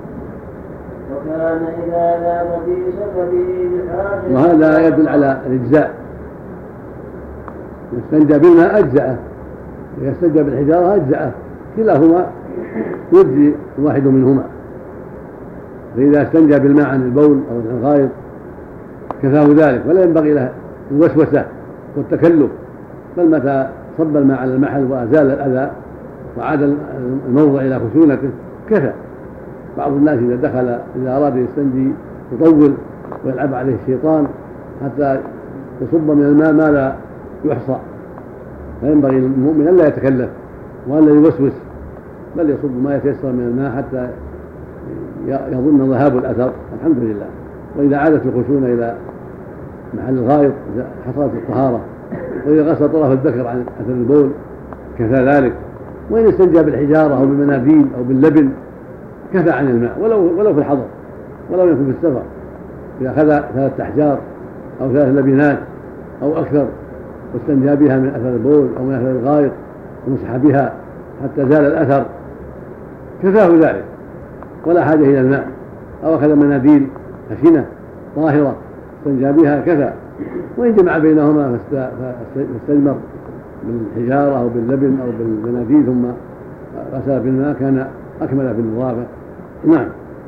B: وكان إذا ذهب في سفره بحاجة.
A: وهذا يدل على الإجزاء، يستنجى بالماء أجزأه، إذا استنجى بالحجارة أجزأه، كلاهما يجزي الواحد منهما. فإذا استنجى بالماء عن البول أو عن الغائط كفاه ذلك، ولا ينبغي له الوسوسة والتكلف، بل متى صب الماء على المحل وأزال الأذى وعاد الموضع إلى خشونته كفى. بعض الناس إذا دخل إذا أراد يستنجي يطول ويلعب عليه الشيطان حتى يصب من الماء ما لا يحصى، فينبغي للمؤمن ألا يتكلف وألا يوسوس، بل يصب ما يتيسر من الماء حتى يظن ذهاب الأثر الحمد لله. وإذا عادت الخشونة إلى محل الغائط حصلت الطهارة، وإذا غسل طرف الذكر عن أثر البول كفى ذلك. وإن استنجى بالحجارة أو بالمناديل أو باللبن كفى عن الماء، ولو ولو في الحضر ولو يكن في السفر. إذا أخذ ثلاثة أحجار أو ثلاث لبنات أو أكثر واستنجى بها من أثر البول أو من أثر الغائط ومسح بها حتى زال الأثر كفاه ذلك، ولا حاجة إلى الماء. أو أخذ مناديل خشنة طاهرة استنجى بها كفى. وإن جمع بينهما فاستجمر بالحجارة أو باللبن أو بالمناديل ثم غسل بالماء كان أكمل في النظافة. نعم.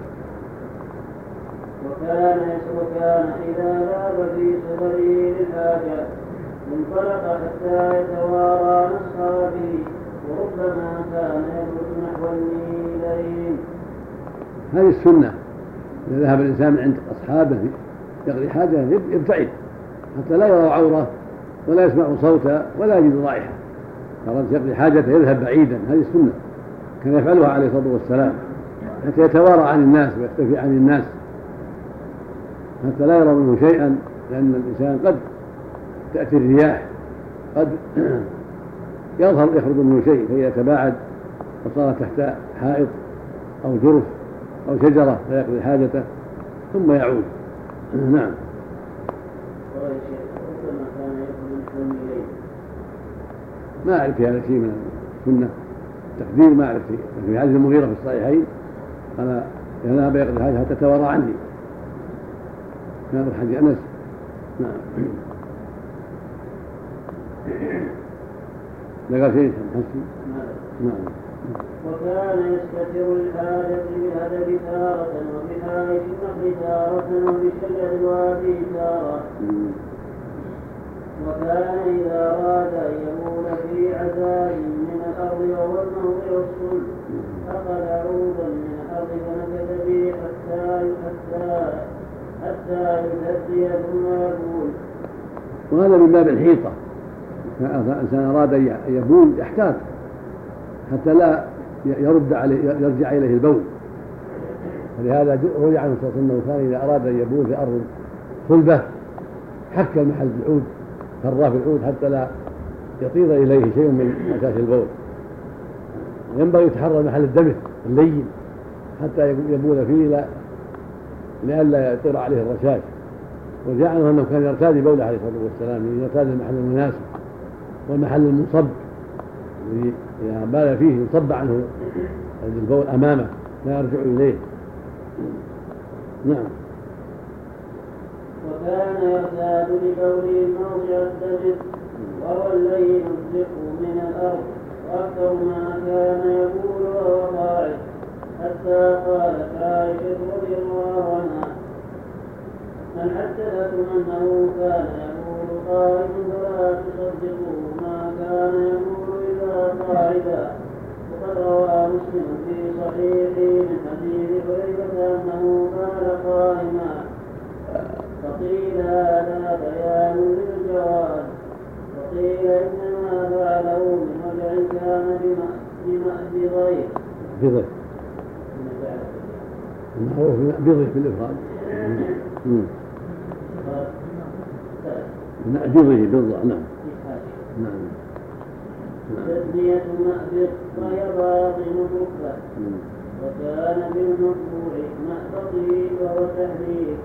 B: وكان وكان إذا ذهب في سفره للحاجة انطلق حتى يتوارى عن أصحابه، وربما كان يبعد نحو الميلين.
A: هذه السنة، إذا ذهب الإنسان عند أصحابه يقضي حاجة يبتعد حتى لا يرى عورة ولا يسمع صوتا ولا يجد رائحة. فأراد يقضي حاجته يذهب بعيدا، هذه السنة كان يفعلها عليه الصلاة والسلام حتى يتوارى عن الناس ويختفي عن الناس حتى لا يرى منه شيئا، لأن الإنسان قد تأتي الرياح قد يظهر يخرج منه شيء فيتباعد وصار تحت حائط أو جرف أو شجرة فيقضي حاجته ثم يعود. نعم. ما أعرف في هذا شيء من السنة تقدير، ما أعرف فيه. في حديث المغيرة في الصحيحين قال إذا ذهب يقضي حاجة حتى توارى عني، كان في حديث أنس. نعم. لا قال شيء نعم.
B: وكان يستتر الحاجة بالهدف تارة وبحائط النخل تارة وبشجر الوادي تارة. وكان إذا أراد أن يمول في عزاء من الأرض وهو الموضع الصلب أخذ عودا من الأرض فنكت به حتى حتى حتى يهدي ثم يبول.
A: وهذا من باب الحيطة، الإنسان أراد أن يبول يحتاط حتى لا يرد عليه يرجع إليه البول. فلهذا روي عنه صلى الله عليه وسلم كان إذا أراد أن يبول في أرض صلبة حك المحل بالعود، فراه بالعود حتى لا يطير إليه شيء من أساس البول. ينبغي يتحرى محل الدمث اللين حتى يبول فيه لئلا يطير عليه الرشاش. وجاء عنه أنه كان يرتادي بوله عليه الصلاة والسلام، يرتادي المحل المناسب والمحل المنصب الذي إذا بال فيه يصب عنه البول أمامه لا يرجع إليه. نعم.
B: وكان يرتاد لبوله موضع الدمث وهو اللين الزق من الأرض، وأكثر ما كان يقول وهو قاعد، حتى قالت عائشة رضي الله عنها: من حدثكم أنه كان يقول قائما فلا تصدقوا ما كان يقول إذا قاعدا. وقد روى مسلم في صحيحه من حديث هريرة أنه قال قائما، فقيل هذا بيان للجواز، وقيل إنما فعله من وجع كان بمأد ضيف
A: بضيف معروف بضيف بالإفراد بضيف بالضع. نعم. نعم.
B: تسمية مأبط وهي باطن كفة، وكان بالمطبوع مأبطه وهو تحريف.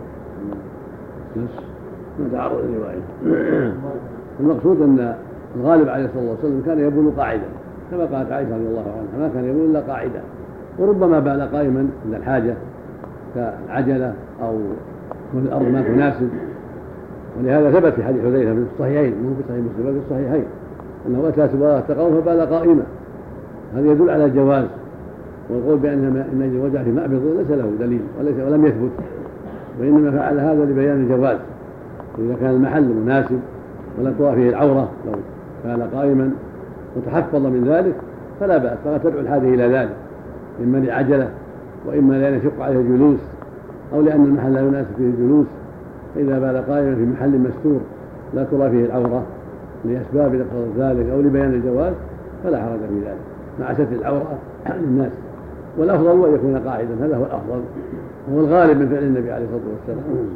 A: ما تعرض الرواية. المقصود أن الغالب عليه الصلاة والسلام كان يبول قاعدا كما قالت عائشة رضي الله عنها، ما كان يبول إلا قاعدا، وربما بال قائما عند الحاجة كالعجلة أو كون الأرض ما تناسب. ولهذا ثبت في حديث حذيفة في الصحيحين، مو في صحيح مسلم بل في الصحيحين، أنه أتى سبارة تقوم فبال قائمة، هذا يدل على الجواز. والقول بأن النجس وجع في معبض ليس له دليل وليس ولم يثبت، وإنما فعل هذا لبيان الجواز. إذا كان المحل مناسب ولم ترى فيه العورة لو كان قائما وتحفظ من ذلك فلا بأس، فقد تدعو الحاجة إلى ذلك، إما لعجلة وإما لأن يشق عليه الجلوس أو لأن المحل لا يناسب فيه الجلوس. فإذا بال قائما في محل مستور لا ترى فيه العورة لأسباب يقتضي ذلك أو لبيان الجواز فلا حرج في ذلك مع ستر العورة للناس. والأفضل هو أن يكون قاعدا، هذا هو الأفضل وهو الغالب من فعل النبي عليه الصلاة والسلام.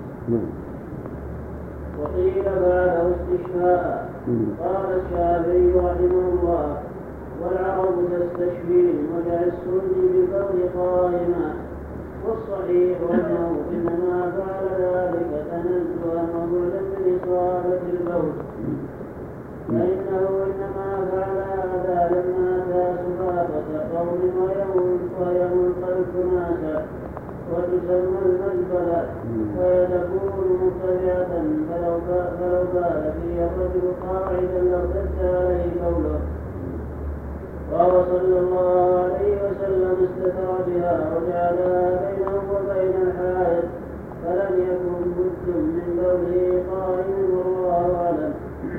B: وقيل بعده استشفاء. قال الشافعي رحمه الله: والعرب تستشفي من وجع السن بالبول قائما، والصحيح انه انما فعل ذلك تنزها وبعدا من اصابه البول، فانه انما فعل هذا لما اتى سباقه قوم ويملق الكناسه وتسمى المزبله وهي تكون مرتفعه، فلو بال فيها الرجل قاعدا لارتد عليه بوله، وهو صلى الله عليه وسلم استتر بها وجعلها بينه وبين الحائط، فلم يكن بد من بوله قائما والله اعلم.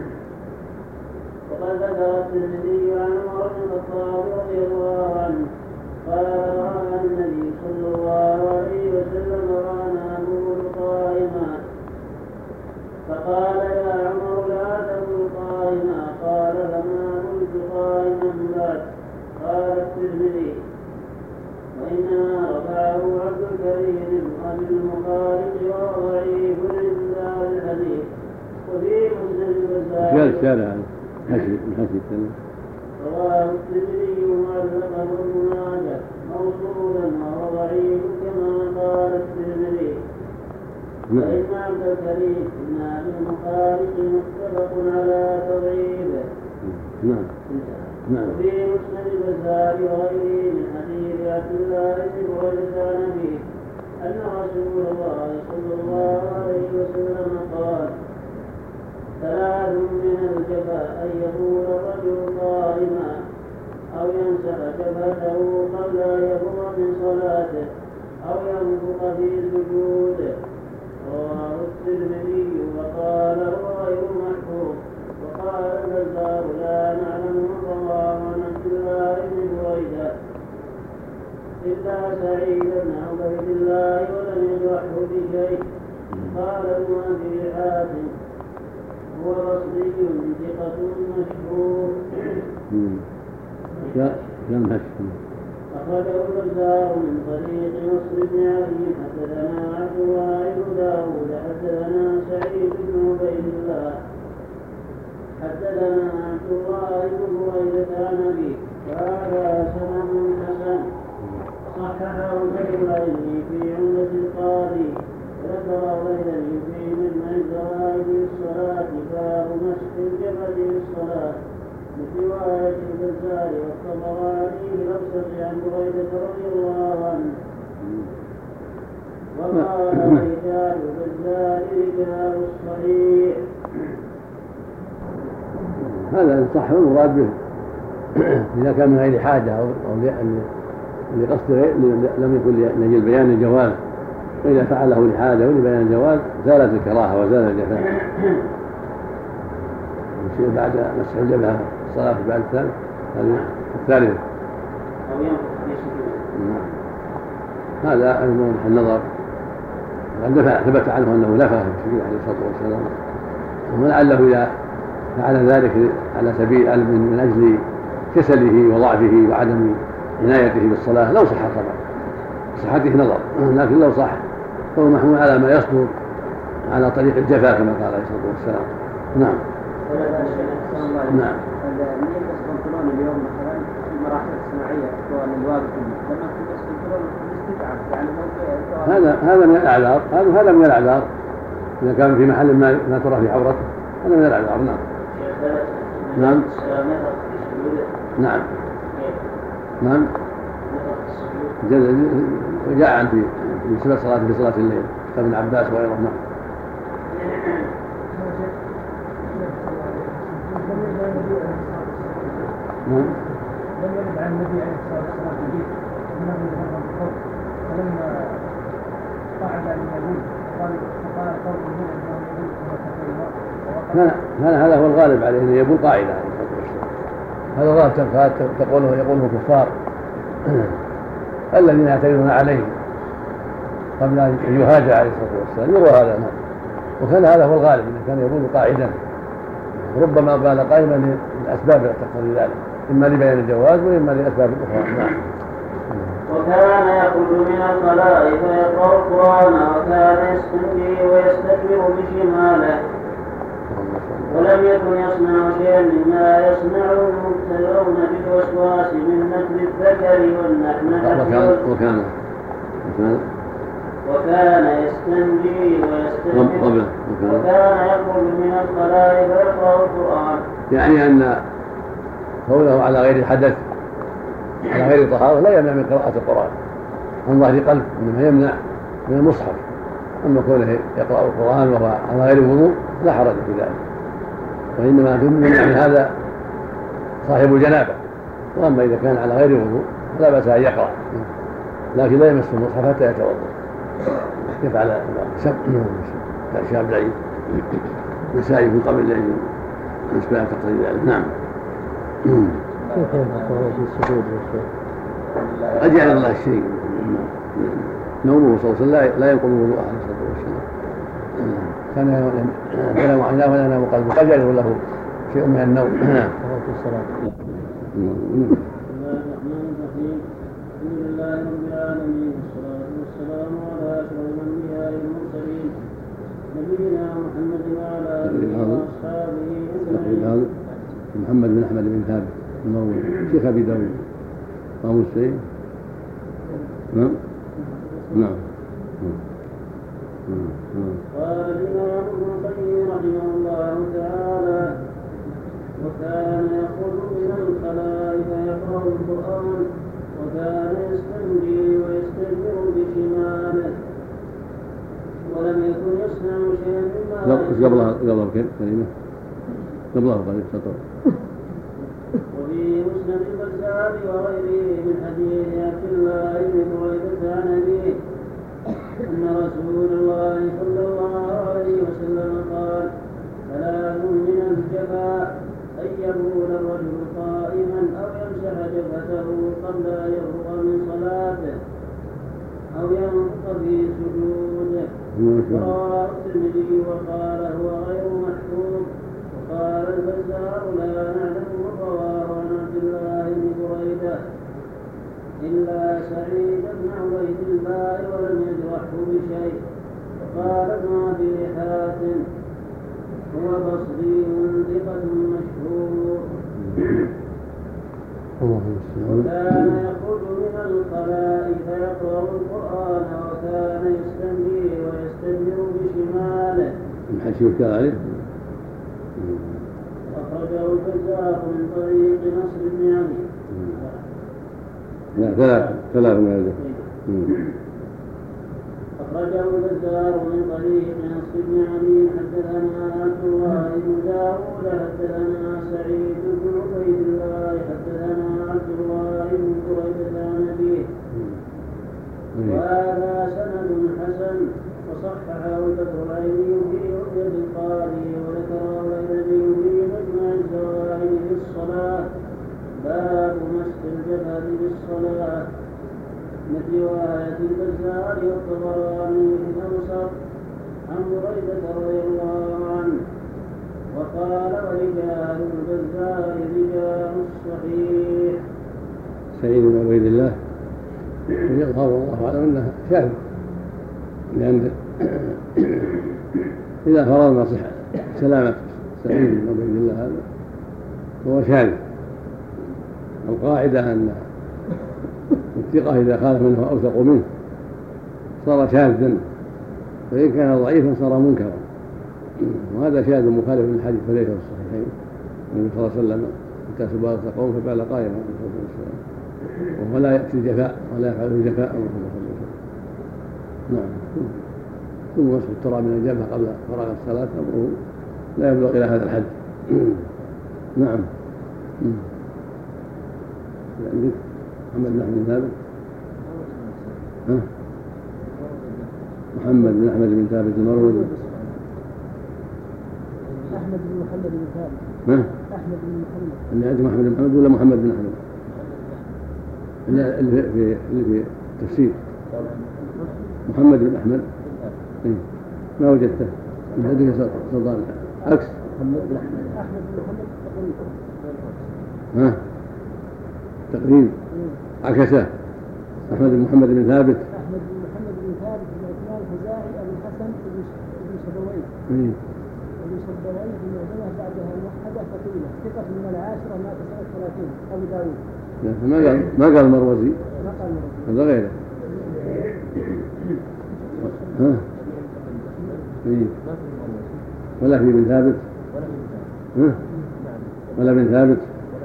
B: وقد ذكر الترمذي عن عمر بن الخطاب رضي الله عنه قال: راى النبي صلى الله عليه وسلم وانا نقول قائما، فقال: يا عمر لا تقل قائما. قال: فما قلت قائما بعد. قال الترمذي: وإنما رفعه عبد الكريم عن المخالف وهو ضعيف عند أهل الحديث. وفي مسند البزار رواه الترمذي معلقا وابن ماجه موصولا وهو ضعيف كما قال الترمذي. فإن عبد الكريم بن أبي المخالف متفق على تضعيفه.
A: نعم. نعم.
B: وفي مسند البزار وغيره من حديث عبد الله بن بريدة عن أبيه أن رسول الله صلى الله عليه وسلم قال: ثلاث من الجفاء أن يقول الرجل قائما أو يمسح جبهته قبل أن يقوم من صلاته أو ينفق في سجوده. رواه الترمذي وقال هو غير محفوظ. وقال البزار: لا نعلم رواه عن عبد الله بن بريدة إلا سعيد بن عبيد الله ولم يجرحه بشيء. قال ابن أبي حاتم: هو بصري ثقة مشهور. أخرجه البزار من طريق نصر بن علي حدثنا عبد الله بن داود حدثنا سعيد بن عبيد الله حدثنا عبد الله بن بريدة عن أبيه. وهذا سند حسن صححه العلمي في عمدة القاضي، وذكر الهيثمي في مجمع الزوائد للصلاة باب مسح الجبهة للصلاة برواية البزار والطبراني بلفظ عن بريدة رضي الله عنه. وقال رجال البزار رجال الصحيح.
A: هذا الصح المراد به إذا كان من غير حاجة أو لقصد لم يكن لأجل بيان الجواز، فإذا فعله لحاجة ولبيان الجواز زالت الكراهة وزال الجفاء. والشيء بعد مسح الجبهة الصلاة بعد الثالث هذه الثالثة هذا أيضا النظر. وقد ثبت عنه أنه لفه النبي عليه الصلاة والسلام، ولعله إذا فعل ذلك على سبيل من أجل كسله وضعفه وعدم عنايته بالصلاة لو صح طبعا صحته نظر، لكن لو صح فهو محمول على ما يصدر على طريق الجفاء كما قال عليه الصلاة والسلام. نعم. نعم.
D: البنطلون اليوم مثلا المراحل الصناعية والواقف لما تلبس بنطلون تتعب يعني
A: هذا هذا من الأعذار، هذا هذا من الأعذار إذا كان في محل ما ما ترى في عورته هذا من الأعذار. نعم. نعم. نعم. نعم. جاء عن في بالنسبة صلاة في صلاة الليل ابن عباس وغيره. نعم.
E: لم يرد عن النبي عليه الصلاه والسلام في البيت انه يتمرن بالقول، فلما قعد ان يقول قال فقال قول من انه يقول كما
A: كان هذا هو الغالب عليه انه يقول قاعده عليه الصلاه والسلام. هذا الغالب تقوله يقوله الكفار الذين يعترضون عليه قبل ان يهاجر عليه الصلاه والسلام يروى هذا المرض، وكان هذا هو الغالب انه كان يقول قاعدا، ربما قال قائما لاسباب تقتضي ذلك، اما لبيان الجواز واما لاسباب اخرى. نعم.
B: وكان يخرج من الخلاء فيقرأ القرآن وكان يستنجي ويستكبر بشماله، ولم يكن يصنع شيئا مما يصنع المبتلون بالوسواس من نتن الذكر والنحنحة
A: وكان وكان
B: وكان يستنجي ويستكبر
A: وكان
B: وكان يخرج من الخلاء فيقرأ القرآن،
A: يعني أن قوله على غير حدث على غير طهارة لا يمنع من قراءة القرآن عن ظهر قلب، إنما يمنع من المصحف. أما كونه يقرأ القرآن وهو على غير وضوء لا حرج في ذلك، وإنما يمنع من هذا صاحب الجنابة. وأما إذا كان على غير وضوء فلا بأس أن يقرأ، لكن لا يمس المصحف حتى يتوضأ يفعل شاب العيد نسائي من قبل العيد بالنسبة لها تقتضي ذلك. نعم. قد يعلم الله الشيء نومه صلى الله عليه وسلم لا ينقل وضوءه عليه الصلاة والسلام، كان ينام عيناه ولا ينام قلبه، قد يعلم له شيء من النوم.
B: الحمد لله رب العالمين والصلاة والسلام على أشرف الأنبياء والمرسلين نبينا محمد وعلى آله وأصحابه أجمعين.
A: محمد بن أحمد بن ثابت المروزي شيخ أبي داود قام السيد. نعم نعم.
B: قال الإمام ابن القيم رحمه الله تعالى: وكان يخرج من الخلاء فيقرأ القرآن وكان يستنجي ويستكبر بشماله، ولم يكن يصنع شيئا مما
A: قبلها قبلها كلمة قبلها قال سطر.
B: وفي مسند البزار وغيره من حديث عبد الله بن بريدة عن أبيه أن رسول الله صلى الله عليه وسلم قال: ثلاث من الجفاء أن يبول الرجل قائما أو يمسح جبهته قبل أن يفرغ من صلاته أو ينفخ في سجوده. ورواه الترمذي وقال هو غير محفوظ. وقال البزار: لا نعلم الرواه عن عبد الله بن بريدة إلا سعيد بن عبيد الله ولم يجرحه بشيء. وقال ابن أبي حاتم: هو بصري ثقة مشهور. وكان يخرج من الخلاء فيقرأ القرآن وكان يستنجي ويستدبر بشماله.
A: الحشي وكان عليه.
B: أخرجه البزار من طريق نصر بن علي.
A: لا ثلاث ثلاث من هذا.
B: أخرجه البزار من طريق نصر بن علي. حدثنا عبد الله بن داود حدثنا سعيد بن عبيد الله حدثنا عبد الله بن بريدة عن أبيه. وهذا سند حسن وصححه البدر العيني في رؤية القاضي وذكره العيني في مجمع الزوائد في الصلاة باب مسح الجبهة بالصلاة من رواية البزار والطبراني في الأوسط عن بريدة رضي الله عنه. وقال: ورجال البزار رجال الصحيح.
A: سعيد بن عبيد الله يظهر الله أعلم أنه شاذ، لأن إذا فرضنا صحة سلامة سعيد بن عبيد الله هذا هو شاذ. القاعدة أن الثقة إذا خالف منه أوثق منه صار شاذا، وإن كان ضعيفا صار منكرا. وهذا شاذ مخالف للحديث فليس في الصحيحين. النبي صلى الله عليه وسلم كان سباق قوم فبال قائما عليه الصلاة والسلام، وهو لا يأتي الجفاء ولا يفعل الجفاء صلى الله عليه وسلم. نعم. ثم مسح التراب من الجبهة قبل فراغ الصلاة أمره لا يبلغ إلى هذا الحد. نعم. عندك محمد بن أحمد بن ثابت؟ ها؟ محمد بن أحمد بن ثابت المروزي.
E: أحمد بن محمد بن ثابت.
A: ها؟
E: أحمد بن محمد.
A: اللي عندك محمد بن محمد ولا محمد بن أحمد؟ اللي في اللي في التفسير محمد بن أحمد. إيه؟ ما وجدته من هذه سلطان عكس
E: محمد بن أحمد. أحمد بن محمد تقريب.
A: ها؟ تقريب عكسه. أحمد بن محمد بن ثابت.
E: أحمد بن محمد بن ثابت بن عثمان الخزاعي أبو الحسن بن شبويه.
A: إيه؟
E: بن شبويه بن معجمة بعدها موحدة ثقيلة ثقة من العاشرة مات سنة ثلاثين أبو داوود.
A: ما قال ما قال المروزي.
E: ما قال المروزي.
A: هذا غيره. ها؟ إيه؟ ولا في بن ثابت؟ ها؟ ولا بن ثابت؟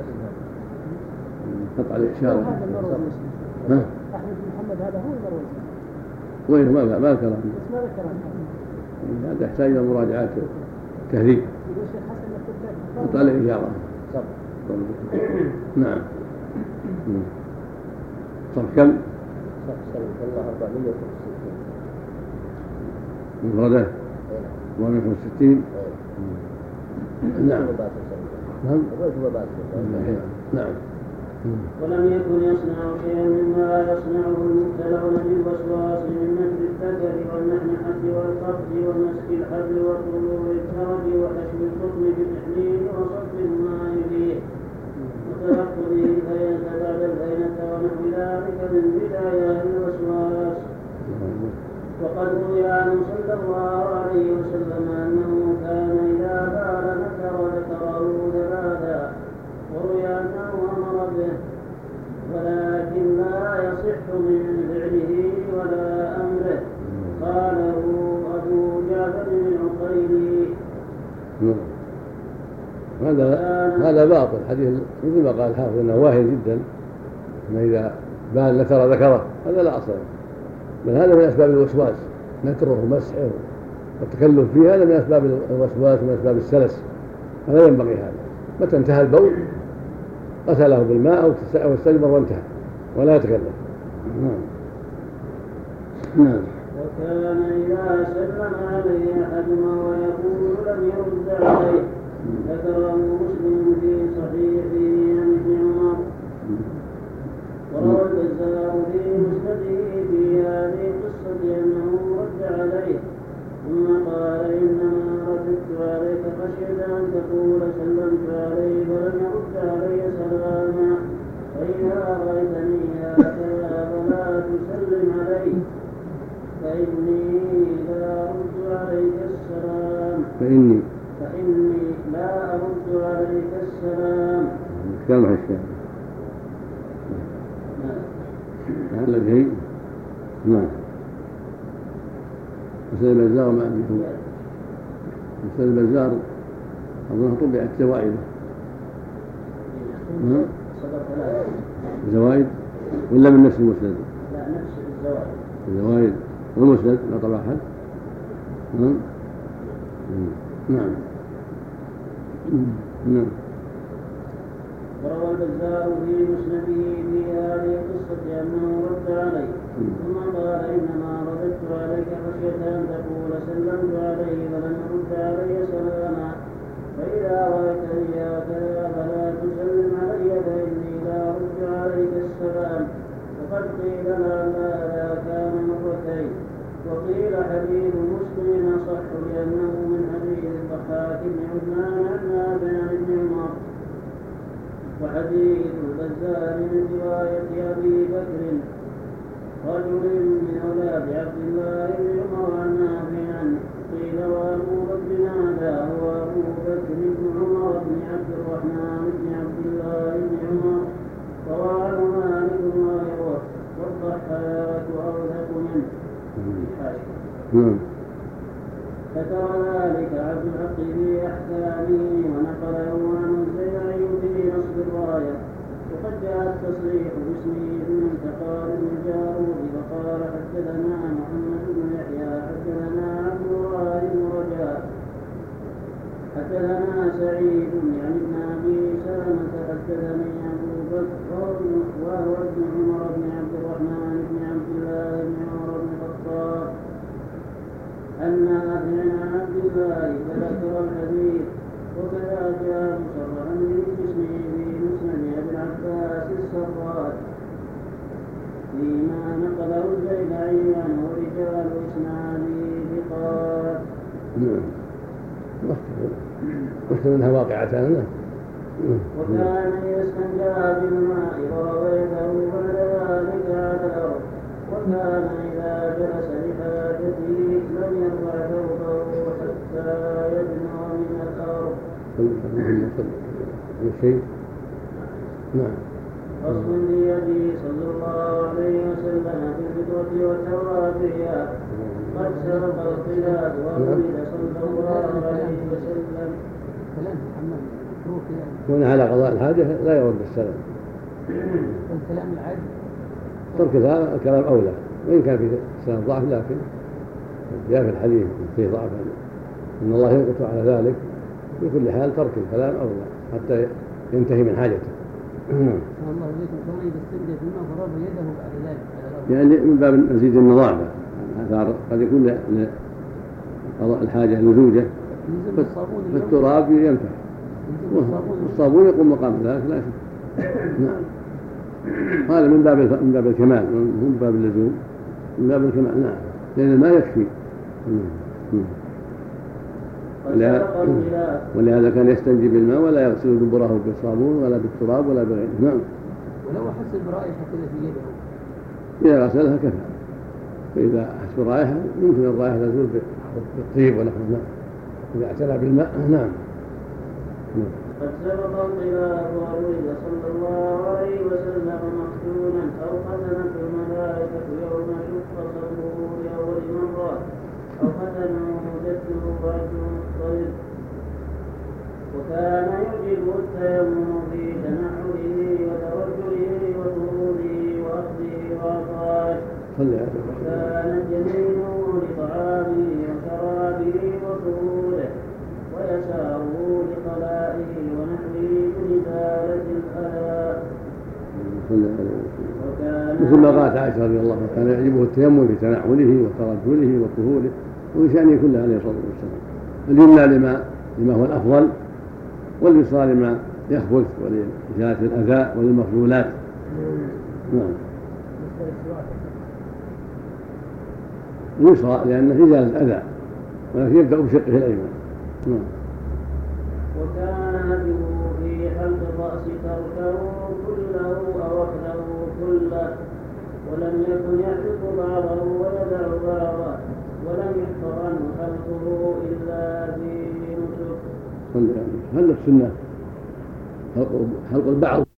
A: قطع الإشارة. ها؟
E: أحمد بن محمد هذا هو المروزي.
A: وين ما ما ذكر.
E: بس ما ذكر.
A: هذا يحتاج إلى مراجعات تهذيب. قطع الإشارة. نعم. صف كم؟
B: صف الله أربعمائة وستين.
A: مفردة أربعمائة وستين. نعم. نعم. نعم.
B: ولم يكن يصنع شيئا مما يصنعه المبتلون بالوسواس من نفر الذكر والنحنحة والقبض ومسك الحبل وطلوع الفرج وحشو القطن بالتحليل وصب الماء فيه وتلقه البينة بعد البينة ونحو ذلك من بدايات الوسواس. وقد روي عنه صلى الله عليه وسلم أنه كان إذا بال نكر ذكره ثلاثا وروي أنه أمر به ولكن لا يصح من فعله ولا أمره. قاله أبو جعفر العقيلي.
A: هذا هذا باطل حديث مثل ما قال الحافظ انه واهي جدا ما اذا بال نكر ذكره هذا لا اصل له، بل هذا من اسباب الوسواس نكره ومسحه والتكلف فيه هذا من اسباب الوسواس ومن اسباب السلس. فلا ينبغي هذا. متى انتهى البول غسله بالماء او استجمر وانتهى ولا يتكلف. نعم. نعم.
B: وكان إذا سلم عليه أحدهما ويقول لم يرد عليه ذكره مسلم في صحيحه عن ابن عمر. وروى البزار في مسنده في هذه القصة أنه رد عليه ثم قال إنما رددت عليك خشية أن تقول سلمت عليه فلم يرد علي سلاما فإذا رأيتني هكذا فلا تسلم علي فإني لا أرد عليك السلام
A: فإني
B: فإني لا أرد عليك السلام.
A: كم هالشيء؟ هل الشيء؟ نعم. مسألة البزار ما عنده. مسألة البزار أظنها طبعت زوائد. زوائد ولا من نفس المسند؟
B: لا نفس الزوائد.
A: الزوائد والمسند لا طبع أحد. نعم. نعم. نعم.
B: وروى البزار في مسنده في هذه القصة أنه رد عليه ثم قال إنما رددت عليك خشية أن تقول سلمت عليه فلم يرد علي سلاما فإذا رأيتني هكذا فلا تسلم علي فإني لا أرد عليك السلام. وقد قيل هذا كان مرتين وقيل حديث مسلم أصح لأنه من حديث الضحاك بن عثمان عن نافع عن ابن عمر. وحديث البزار من رواية أبي بكر رجل من أولاد عبد الله بن عمر عن نافع قيل وأبو بكر هذا هو أبو بكر بن عمر بن عبد الرحمن بن عبد الله بن عمر رواه مالك وغيره والضحاك أوثق منه. ذكر ذلك عبد الحق في أحكامه ونقله عن الزيعي في نصب الراية. وقد جاء التصريح باسمه في انتقال الجارود فقال حدثنا محمد بن يحيى حدثنا عبد الله بن رجاء حدثنا سعيد يعني ابن ابي سلمة حدثني ابو بكر وهو ابن عمر بن عبد الرحمن بن عبد الله بن عمر بن الخطاب ان نافع عن عبد الله فذكر الحديث وكذا جاء مصرحا باسمه في مسند ابي العباس السراج فيما نقله الزيدعي عنه رجال اسناده ثقات.
A: واحتمل منها واقعتان.
B: وكان يستنجى بالماء ورويته بعد ذلك على الأرض وكان إذا جلس لحاجته لم يرفع ثوبه حتى يدنو من الأرض.
A: شيء نعم.
B: فصل بيده صلى الله عليه وسلم في الفتوة والتوراة قد سبق الخلاف وولد صلى الله عليه وسلم.
A: كون على قضاء الحاجة لا يرد السلام.
D: الكلام العادي
A: ترك هذا الكلام أولى وإن كان في السلام ضعف لكن جاء في الحديث فيه ضعف إن الله ينقص على ذلك. في كل حال ترك الكلام أولى حتى ينتهي من حاجته.
D: الله عليكم كان إذا استنجى في الماء فرفع يده بعد ذلك
A: يعني من باب مزيد النظافة قد يكون لقضاء الحاجة لزوجة فالتراب ينفع والصابون يقوم مقام ذلك لا شك. نعم. هذا من باب من باب الكمال من باب اللزوم من باب الكمال. نعم لأن الماء يكفي. ولهذا كان يستنجي بالماء ولا يغسل دبره بالصابون ولا بالتراب ولا بغيره. نعم.
D: ولو أحس برائحة كذا في يده
A: إذا غسلها كفى. فإذا أحس برائحة يمكن الرائحة تزول بالطيب ونحو الماء إذا اعتنى بالماء. نعم.
B: قد سبق الخلاف وولد صلى الله عليه وسلم مختونا أو ختنت الملائكة يوم شق صدره لأول مرة أو ختنه جده عبد المطلب. وكان يعجب التيمم في تنعله وتوجهه وطهوره وأخذه وعطائه. وكان الجنين لطعامه وشرابه وطهوره ويساره لخلائه ونحوه بإزالة الأذى.
A: مثل ما قالت عائشة رضي الله عنها كان يعجبه التيمم في تنعله وترجله وطهوره وفي شأنه كله عليه الصلاة والسلام. اليمنى لما لما هو الأفضل واليسرى لما يخبث ولإزالة الأذى وللمفضولات. نعم. اليسرى لأنه إزالة الأذى ولكن يبدأ بشقه الأيمن. نعم.
B: وكان هديه في حلق الرأس تركه كله أو أخذه كله ولم يكن يحلق بعضه ويدع بعضه ولم يحفظ عنه حلقه إلا في نسك.
A: هل السنة حلق البعض